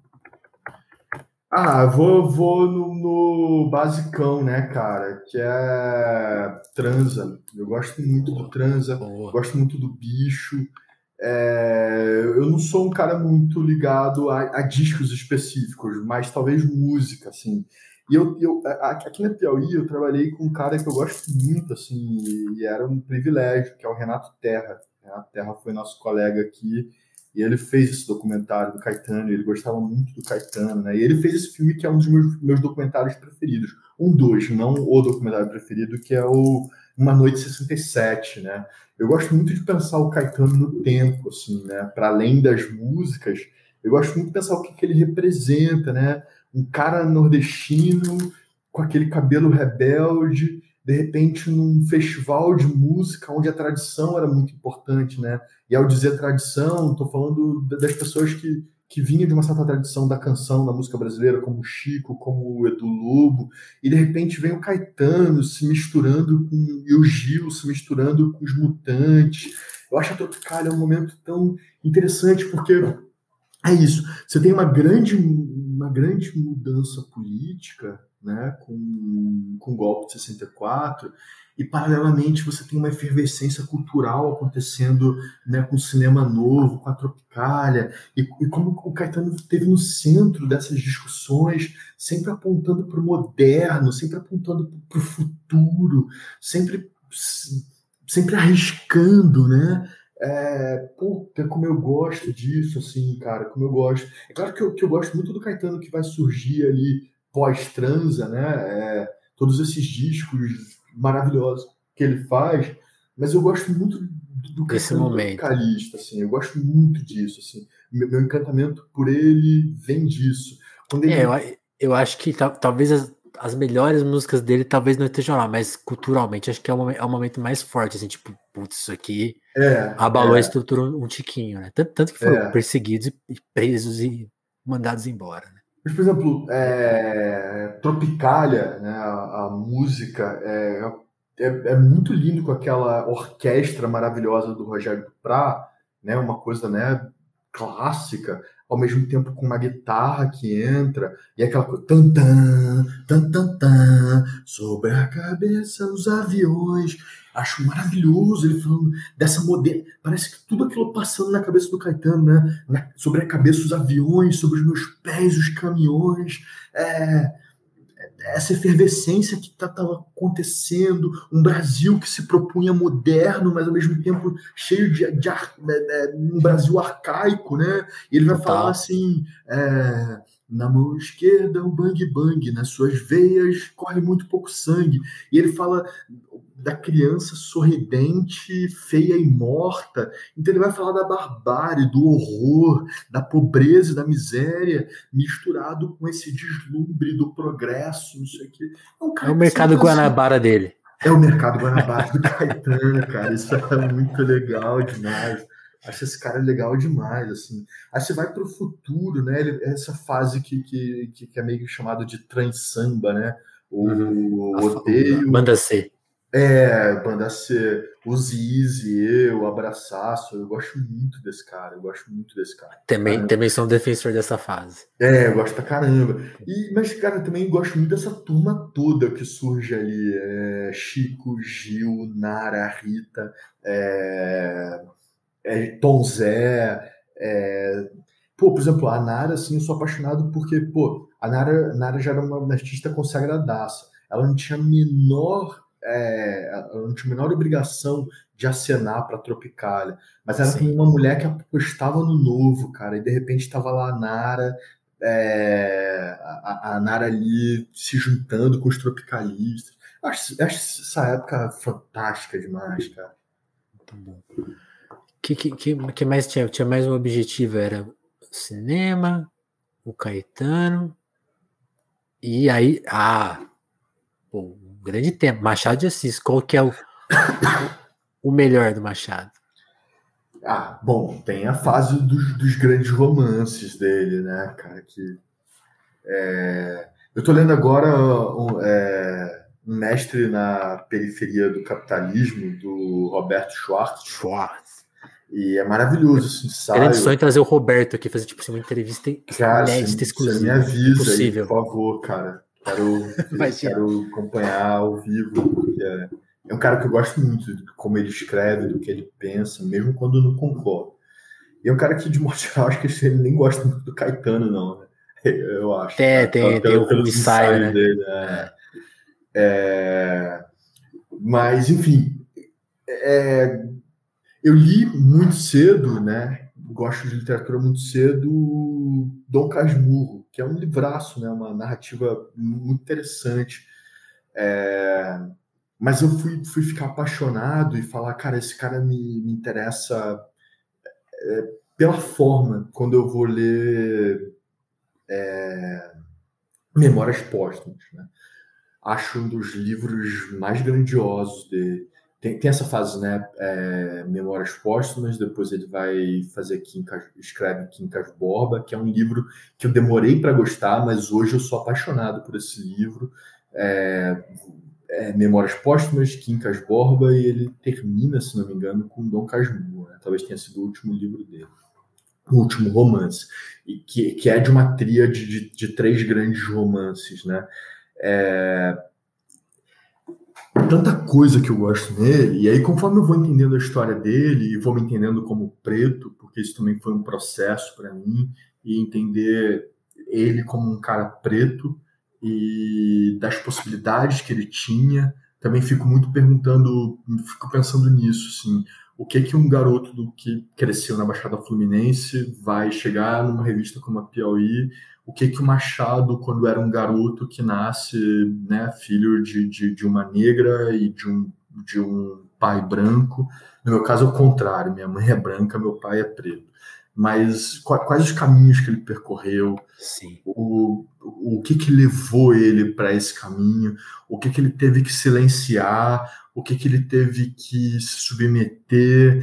Ah, vou, vou no, no basicão, né, cara? Que é Transa. Eu gosto muito do Transa, Boa. gosto muito do Bicho. É, eu não sou um cara muito ligado a, a discos específicos, mas talvez música, assim. E eu, eu, aqui na Piauí eu trabalhei com um cara que eu gosto muito, assim, e era um privilégio, que é o Renato Terra. O Renato Terra foi nosso colega aqui. E ele fez esse documentário do Caetano, ele gostava muito do Caetano, né? E ele fez esse filme que é um dos meus, meus documentários preferidos. Um dos, não o documentário preferido, que é o Uma Noite sessenta e sete, né? Eu gosto muito de pensar o Caetano no tempo, assim, né? Para além das músicas, eu gosto muito de pensar o que, que ele representa, né? Um cara nordestino com aquele cabelo rebelde, de repente num festival de música onde a tradição era muito importante, né? E ao dizer tradição, estou falando das pessoas que, que vinham de uma certa tradição da canção, da música brasileira, como o Chico, como o Edu Lobo, e de repente vem o Caetano se misturando com, e o Gil se misturando com os Mutantes. Eu acho a Tropicália um momento tão interessante, porque é isso, você tem uma grande, uma grande mudança política, né, com, com o golpe de sessenta e quatro, e paralelamente você tem uma efervescência cultural acontecendo, né, com o cinema novo, com a Tropicália, e, e como o Caetano esteve no centro dessas discussões, sempre apontando para o moderno, sempre apontando para o futuro, sempre, sempre arriscando, né? É, puta, como eu gosto disso, assim, cara, como eu gosto. É claro que eu, que eu gosto muito do Caetano que vai surgir ali pós-transa, né? É, todos esses discos maravilhosos que ele faz, mas eu gosto muito do Desse Caetano momento. tropicalista, assim, eu gosto muito disso, assim. Meu, meu encantamento por ele vem disso. Quando ele... É, eu, eu acho que tal- talvez as, as melhores músicas dele talvez não estejam lá, mas culturalmente acho que é o, momen- é o momento mais forte, assim, tipo, putz, isso aqui É, abalou a é, estrutura um tiquinho, né? Tanto, tanto que foram é. perseguidos e, e presos e mandados embora, né? Mas, por exemplo, Coitado. é, Tropicália, né, a, a música é, é, é muito lindo com aquela orquestra maravilhosa do Rogério Duprat, né, uma coisa, né, clássica, ao mesmo tempo com uma guitarra que entra, e aquela coisa, tan, tan, tan, tan, tan, sobre a cabeça dos aviões. Acho maravilhoso ele falando dessa modelo. Parece que tudo aquilo passando na cabeça do Caetano, né? Na, sobre a cabeça os aviões, sobre os meus pés os caminhões. É, essa efervescência que estava acontecendo, um Brasil que se propunha moderno, mas ao mesmo tempo cheio de, de ar, é, é, um Brasil arcaico, né? E ele vai falar Total. assim, é, na mão esquerda o bang bang, nas suas veias corre muito pouco sangue. E ele fala da criança sorridente, feia e morta. Então ele vai falar da barbárie, do horror, da pobreza e da miséria, misturado com esse deslumbre do progresso, não sei o quê. É um É cara o que você mercado pensa, Guanabara dele. é o mercado Guanabara do Caetano, cara. Isso é muito legal demais. Acho esse cara legal demais, assim. Aí você vai para o futuro, né? Ele- essa fase que, que, que é meio chamado de trans samba, né? Uhum. A, O fa- o- a Odeio, banda C. é, Banda C, o Zizi, eu, Abraçaço, eu gosto muito desse cara, eu gosto muito desse cara. Também, Caramba. também sou um defensor dessa fase. É, eu gosto pra caramba. E, mas, cara, eu também gosto muito dessa turma toda que surge ali. É, Chico, Gil, Nara, Rita, é, é, Tom Zé. É, pô, por exemplo, a Nara, assim, eu sou apaixonado porque, pô, a Nara, Nara já era uma artista consagradaça. Ela não tinha a menor, é, ela não tinha a menor obrigação de acenar para Tropicália, mas era também Sim. uma mulher que apostava no novo, cara, e de repente estava lá a Nara, é, a, a Nara ali se juntando com os tropicalistas. Acho, acho essa época fantástica demais, cara. Muito bom. Que, que, que, que mais tinha? Tinha mais um objetivo, era o cinema, o Caetano, e aí, ah, pô, um grande tempo, Machado de Assis, qual que é o, o, o melhor do Machado? Ah, bom, tem a fase dos, dos grandes romances dele, né, cara? Que é... Eu tô lendo agora um, é, um mestre na periferia do capitalismo, do Roberto Schwartz, Schwartz. e é maravilhoso esse Grande sonho ensaio. é trazer o Roberto aqui, fazer tipo assim, uma entrevista Cara, você, inédita, você me exclusiva. avisa aí, por Impossível. favor, cara. Quero, Imagina. quero acompanhar ao vivo, porque é, é um cara que eu gosto muito de como ele escreve, do que ele pensa, mesmo quando não concordo. E é um cara que, de modo geral, acho que ele nem gosta muito do Caetano, não, né? Eu acho, Tem, cara, tem, tem o, o pelos ensaio, ensaios né? dele, né? É. É, mas, enfim, é, eu li muito cedo, né? Gosto de literatura muito cedo, Dom Casmurro, que é um livraço, né? Uma narrativa muito interessante. É, mas eu fui, fui ficar apaixonado e falar, cara, esse cara me, me interessa pela forma, quando eu vou ler Memórias Póstumas, né? Acho um dos livros mais grandiosos dele. Tem, tem essa fase, né? É, Memórias Póstumas, depois ele vai fazer Quincas, escreve Quincas Borba, que é um livro que eu demorei para gostar, mas hoje eu sou apaixonado por esse livro. É, é, Memórias Póstumas, Quincas Borba, e ele termina, se não me engano, com Dom Casmurro, né? Talvez tenha sido o último livro dele, o último romance, e que, que é de uma tríade de, de três grandes romances, né? É... Tanta coisa que eu gosto nele, e aí conforme eu vou entendendo a história dele, e vou me entendendo como preto, porque isso também foi um processo para mim, e entender ele como um cara preto, e das possibilidades que ele tinha, também fico muito perguntando, fico pensando nisso, assim, o que que um garoto do que cresceu na Baixada Fluminense vai chegar numa revista como a Piauí, o que que o Machado, quando era um garoto que nasce, né, filho de, de, de uma negra e de um, de um pai branco, no meu caso é o contrário, minha mãe é branca, meu pai é preto, mas quais os caminhos que ele percorreu, Sim. O, o que que levou ele para esse caminho, o que que ele teve que silenciar, o que que ele teve que se submeter,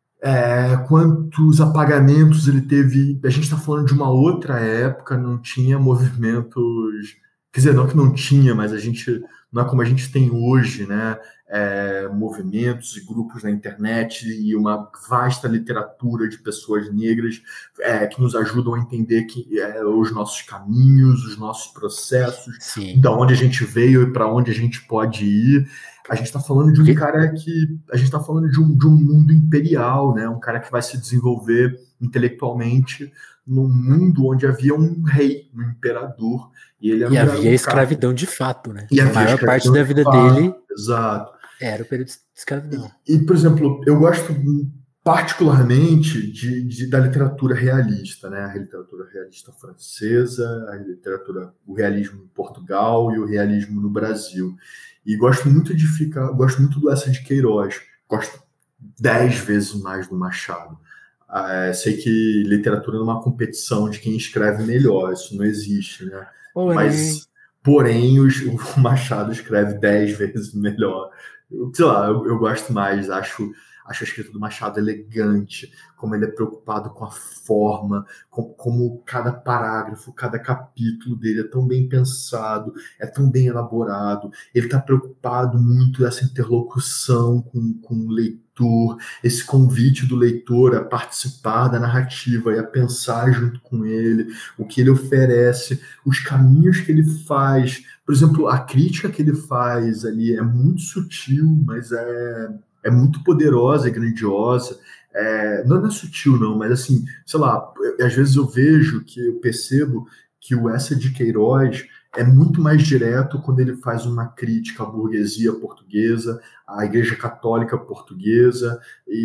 é, quantos apagamentos ele teve. A gente está falando de uma outra época, não tinha movimentos, quer dizer, não que não tinha, mas a gente não é como a gente tem hoje, né? É, movimentos e grupos na internet e uma vasta literatura de pessoas negras é, que nos ajudam a entender que, é, os nossos caminhos, os nossos processos, Sim. da onde a gente veio e para onde a gente pode ir. A gente está falando de um Que- cara que a gente está falando de um, de um mundo imperial, né? Um cara que vai se desenvolver intelectualmente num mundo onde havia um rei, um imperador, e ele era E um, havia um cara. escravidão de fato, né? E A havia maior parte escravidão da de vida fato, dele exato. era o período de escravidão. E, por exemplo, eu gosto particularmente de, de- da literatura realista, né? A literatura realista francesa, a literatura, o realismo em Portugal e o realismo no Brasil. E gosto muito de ficar, gosto muito do Eça de Queiroz. Gosto dez vezes mais do Machado. Ah, sei que literatura não é uma competição de quem escreve melhor, isso não existe, né? Porém, Mas, porém, os- o Machado escreve dez vezes melhor. Eu, sei lá, eu, eu gosto mais, acho, acho a escrita do Machado elegante, como ele é preocupado com a forma, com- como cada parágrafo, cada capítulo dele é tão bem pensado, é tão bem elaborado. Ele está preocupado muito nessa interlocução com, com o leitor, esse convite do leitor a participar da narrativa e a pensar junto com ele, o que ele oferece, os caminhos que ele faz. Por exemplo, a crítica que ele faz ali é muito sutil, mas é, é muito poderosa e grandiosa. É, não é sutil, não, mas assim, sei lá, às vezes eu vejo que eu percebo que o Eça de Queiroz é muito mais direto quando ele faz uma crítica à burguesia portuguesa, à Igreja Católica portuguesa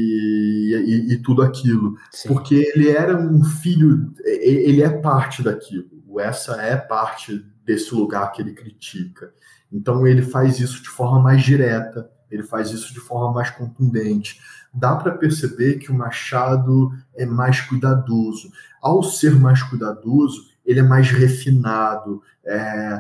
e, e, e tudo aquilo. sim. Porque ele era um filho, ele é parte daquilo. O Essa é parte desse lugar que ele critica. Então ele faz isso de forma mais direta, ele faz isso de forma mais contundente. Dá para perceber que o Machado é mais cuidadoso. Ao ser mais cuidadoso, ele é mais refinado, é,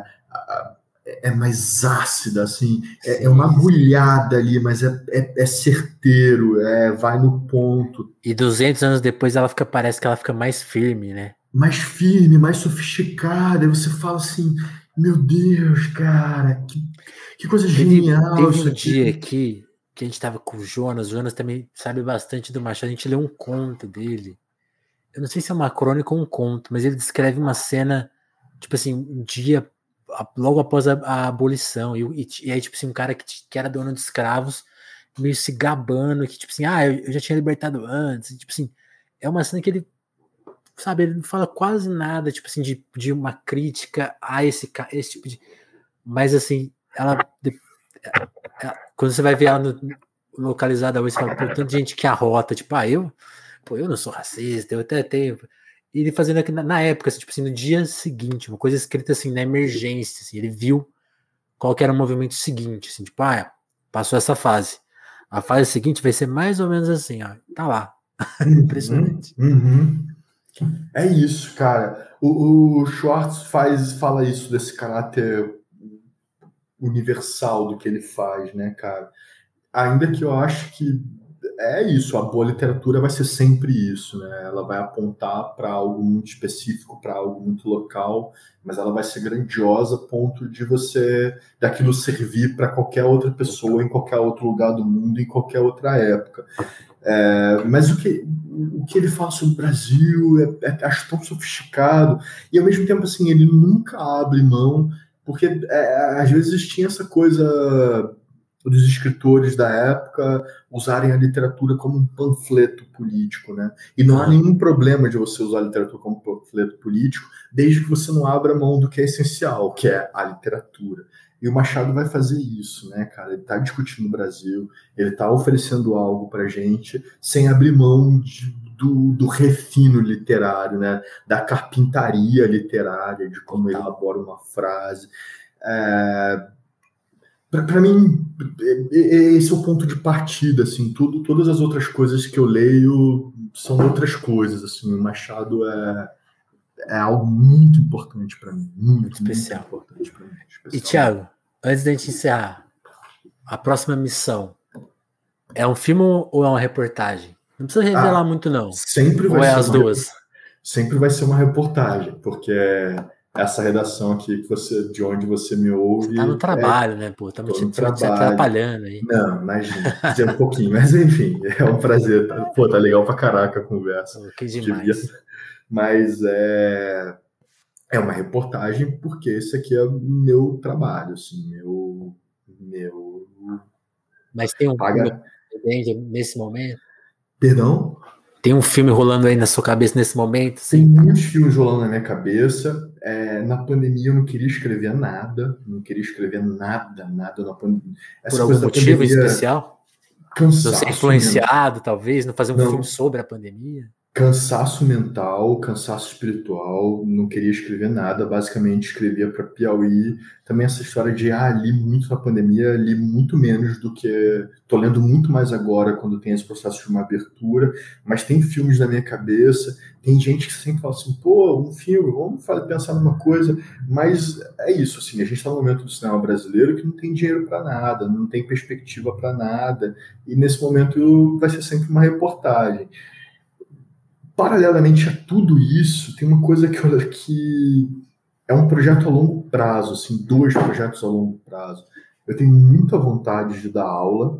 é mais ácida, assim, é, é uma Sim, sim. agulhada ali, mas é, é, é certeiro, é, vai no ponto. E duzentos anos depois ela fica, parece que ela fica mais firme, né? Mais firme, mais sofisticada. E você fala assim, meu Deus, cara, que, que coisa Teve, genial teve isso um aqui. dia aqui que a gente tava com o Jonas. O Jonas também sabe bastante do Machado. A gente leu um conto dele. Eu não sei se é uma crônica ou um conto, mas ele descreve uma cena, tipo assim, um dia a- logo após a, a abolição. E, e, e aí, tipo assim, um cara que, t- que era dono de escravos, meio se gabando, que tipo assim, ah, eu, eu já tinha libertado antes. E, tipo assim, é uma cena que ele, sabe, ele não fala quase nada, tipo assim, de, de uma crítica a esse, ca- esse tipo de. Mas assim, ela. de- ela- quando você vai ver ela no- localizada hoje, você fala, pô, tanta gente que arrota, tipo, ah, eu, pô, eu não sou racista, eu até tenho. E ele fazendo aqui na, na época, assim, tipo assim, no dia seguinte, uma coisa escrita assim, na emergência, assim, ele viu qual que era o movimento seguinte, assim, tipo, ah, passou essa fase. A fase seguinte vai ser mais ou menos assim, ó, tá lá. Uhum, Impressionante. uhum. É isso, cara. O, o Schwartz faz, fala isso desse caráter universal do que ele faz, né, cara? Ainda que eu acho que é isso, a boa literatura vai ser sempre isso, né? Ela vai apontar para algo muito específico, para algo muito local, mas ela vai ser grandiosa a ponto de você, daquilo servir para qualquer outra pessoa, em qualquer outro lugar do mundo, em qualquer outra época. É, mas o que, o que ele fala sobre o Brasil é, é, acho tão sofisticado, e ao mesmo tempo, assim, ele nunca abre mão Porque é, às vezes tinha essa coisa dos escritores da época usarem a literatura como um panfleto político, né? E não há nenhum problema de você usar a literatura como panfleto político, desde que você não abra mão do que é essencial, que é a literatura. E o Machado vai fazer isso, né, cara? Ele está discutindo o Brasil, ele está oferecendo algo pra gente, sem abrir mão de, do, do refino literário, né? Da carpintaria literária, de como ele elabora uma frase. É... Para mim, esse é o ponto de partida, assim, tudo, todas as outras coisas que eu leio são outras coisas, assim, o Machado é, é algo muito importante para mim, muito, muito especial. Muito importante para mim. Especial. E, Thiago, antes da gente encerrar, a próxima missão é um filme ou é uma reportagem? Não precisa revelar ah, muito, não. Sempre vai ou é ser as uma, duas? Sempre vai ser uma reportagem, porque essa redação aqui que você, de onde você me ouve. Você tá no trabalho, é, né, pô? Tá me te atrapalhando aí. Não, imagina, dizer um pouquinho, mas enfim, é um prazer. Tá, pô, tá legal pra caraca a conversa. Pô, que demais. Devia, mas é, é uma reportagem, porque esse aqui é o meu trabalho, assim, meu. meu mas tem um paga... filme nesse momento? Perdão? Tem um filme rolando aí na sua cabeça nesse momento? Sim. Tem muitos filmes rolando na minha cabeça. É, na pandemia eu não queria escrever nada. Não queria escrever nada, nada na pandemia. Essa Por algum motivo pandemia, especial? Cansaço. Não ser influenciado, mesmo. talvez, não fazer um não. filme sobre a pandemia? Cansaço mental, cansaço espiritual, não queria escrever nada, basicamente escrevia para Piauí. Também essa história de, ah, li muito na pandemia, li muito menos do que... Tô lendo muito mais agora, quando tem esse processo de uma abertura, mas tem filmes na minha cabeça, tem gente que sempre fala assim, pô, um filme, vamos pensar numa coisa, mas é isso, assim, a gente está no momento do cinema brasileiro que não tem dinheiro para nada, não tem perspectiva para nada, e nesse momento vai ser sempre uma reportagem. Paralelamente a tudo isso, tem uma coisa que, que é um projeto a longo prazo, assim, dois projetos a longo prazo. Eu tenho muita vontade de dar aula,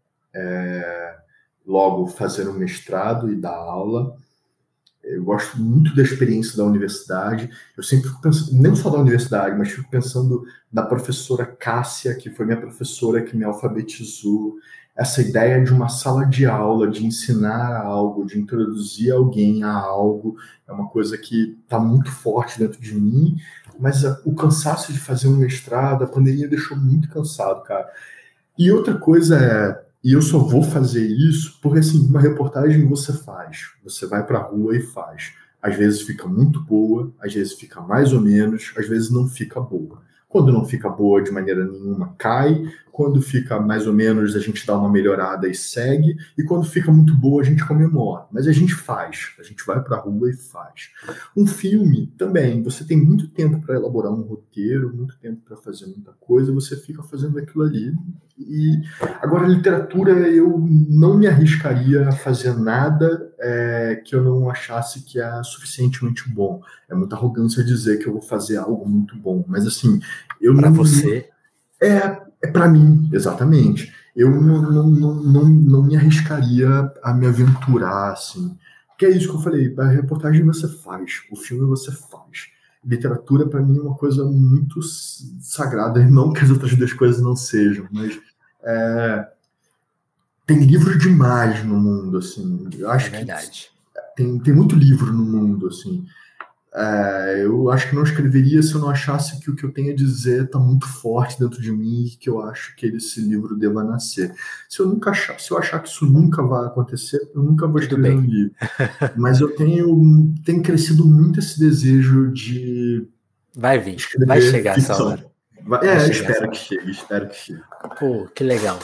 é, logo fazer um mestrado e dar aula. Eu gosto muito da experiência da universidade. Eu sempre fico pensando, não só da universidade, mas fico pensando da professora Cássia, que foi minha professora que me alfabetizou. Essa ideia de uma sala de aula, de ensinar algo, de introduzir alguém a algo, é uma coisa que está muito forte dentro de mim, mas a, o cansaço de fazer um mestrado, a pandemia deixou muito cansado, cara. E outra coisa é, e eu só vou fazer isso porque, assim, uma reportagem você faz, você vai para a rua e faz. Às vezes fica muito boa, às vezes fica mais ou menos, às vezes não fica boa. Quando não fica boa de maneira nenhuma, cai. Quando fica mais ou menos, a gente dá uma melhorada e segue. E quando fica muito boa, a gente comemora. Mas a gente faz. A gente vai para a rua e faz. Um filme, também. Você tem muito tempo para elaborar um roteiro, muito tempo para fazer muita coisa. Você fica fazendo aquilo ali. E agora, a literatura, eu não me arriscaria a fazer nada é, que eu não achasse que é suficientemente bom. É muita arrogância dizer que eu vou fazer algo muito bom. Mas, assim, eu pra não... Para você? É... É para mim, exatamente. Eu não, não, não, não, não me arriscaria a me aventurar, assim. Porque é isso que eu falei, a reportagem você faz, o filme você faz. Literatura, para mim, é uma coisa muito sagrada, não que as outras duas coisas não sejam, mas é, tem livro demais no mundo, assim. Eu acho é verdade. Que tem, tem muito livro no mundo, assim. É, eu acho que não escreveria se eu não achasse que o que eu tenho a dizer está muito forte dentro de mim e que eu acho que esse livro deva nascer. Se eu nunca achar, se eu achar que isso nunca vai acontecer, eu nunca vou escrever um livro. Mas eu tenho, tenho crescido muito esse desejo de vai vir, vai chegar ficção. Essa hora. Vai, vai é, chegar espero essa que chegue, espero que chegue. Pô, que legal.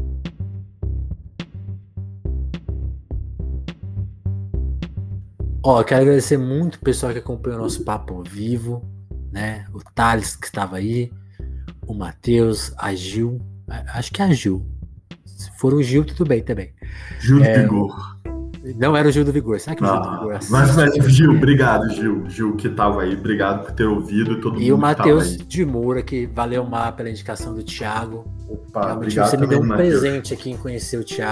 Ó, eu quero agradecer muito o pessoal que acompanhou o nosso papo ao vivo, né? O Thales, que estava aí, o Matheus, a Gil, acho que é a Gil. Se for o Gil, tudo bem também. Gil do é, Vigor. Não era o Gil do Vigor, será que o ah, Gil do Vigor assiste? Mas, mas Gil, obrigado, Gil. Gil que estava aí, obrigado por ter ouvido. Todo e mundo o Matheus de Moura, que valeu mais pela indicação do Thiago. Opa, Realmente obrigado você me deu um Mateus. presente aqui em conhecer o Thiago.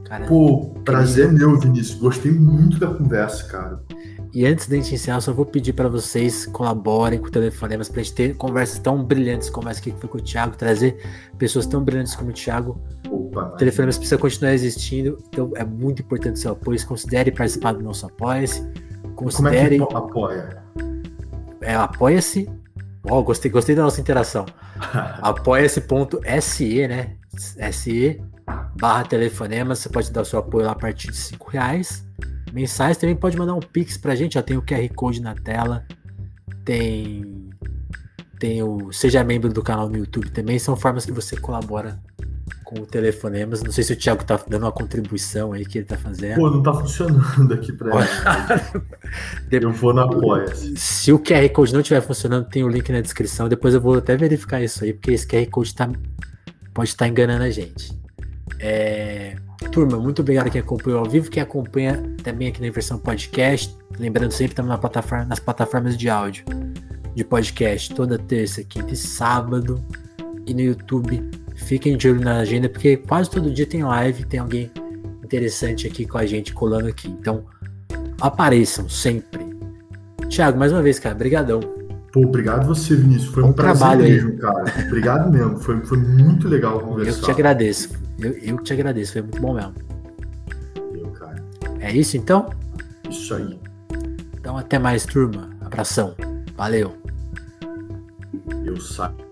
Cara, Pô, prazer meu, Vinícius. Gostei muito da conversa, cara. E antes da gente encerrar, eu só vou pedir para vocês colaborem com o Telefonemas pra gente ter conversas tão brilhantes como essa que foi com o Thiago, trazer pessoas tão brilhantes como o Thiago. Opa, o Telefonemas precisa continuar existindo, então é muito importante o seu apoio. Considere participar do nosso Apoia-se. Considere... Como é que apoia? É, apoia-se. Oh, gostei, gostei da nossa interação. apoia-se.se, né? Se barra Telefonemas. Você pode dar o seu apoio lá a partir de cinco reais. Mensais, também pode mandar um pix pra gente, ó, tem o Q R Code na tela, tem, tem o seja membro do canal no YouTube também, são formas que você colabora com o Telefonemas. Não sei se o Thiago tá dando uma contribuição aí que ele tá fazendo. Pô, não tá funcionando aqui pra ele. Eu vou na Apoia-se. Se o Q R Code não estiver funcionando, tem o link na descrição, depois eu vou até verificar isso aí, porque esse Q R Code tá, pode estar enganando a gente. É... Turma, muito obrigado a quem acompanhou ao vivo, quem acompanha também aqui na versão podcast. Lembrando, sempre estamos na plataforma, nas plataformas de áudio de podcast, toda terça, quinta e sábado. E no YouTube, fiquem de olho na agenda, porque quase todo dia tem live, tem alguém interessante aqui com a gente, colando aqui. Então, apareçam sempre. Thiago, mais uma vez, cara, brigadão. Pô, obrigado você, Vinícius. Foi um, um prazer mesmo, aí. cara. Obrigado mesmo. Foi, foi muito legal conversar. Eu que te agradeço. Eu, eu que te agradeço. Foi muito bom mesmo. Eu, cara. É isso, então? Isso aí. Então, até mais, turma. Abração. Valeu. Eu saio.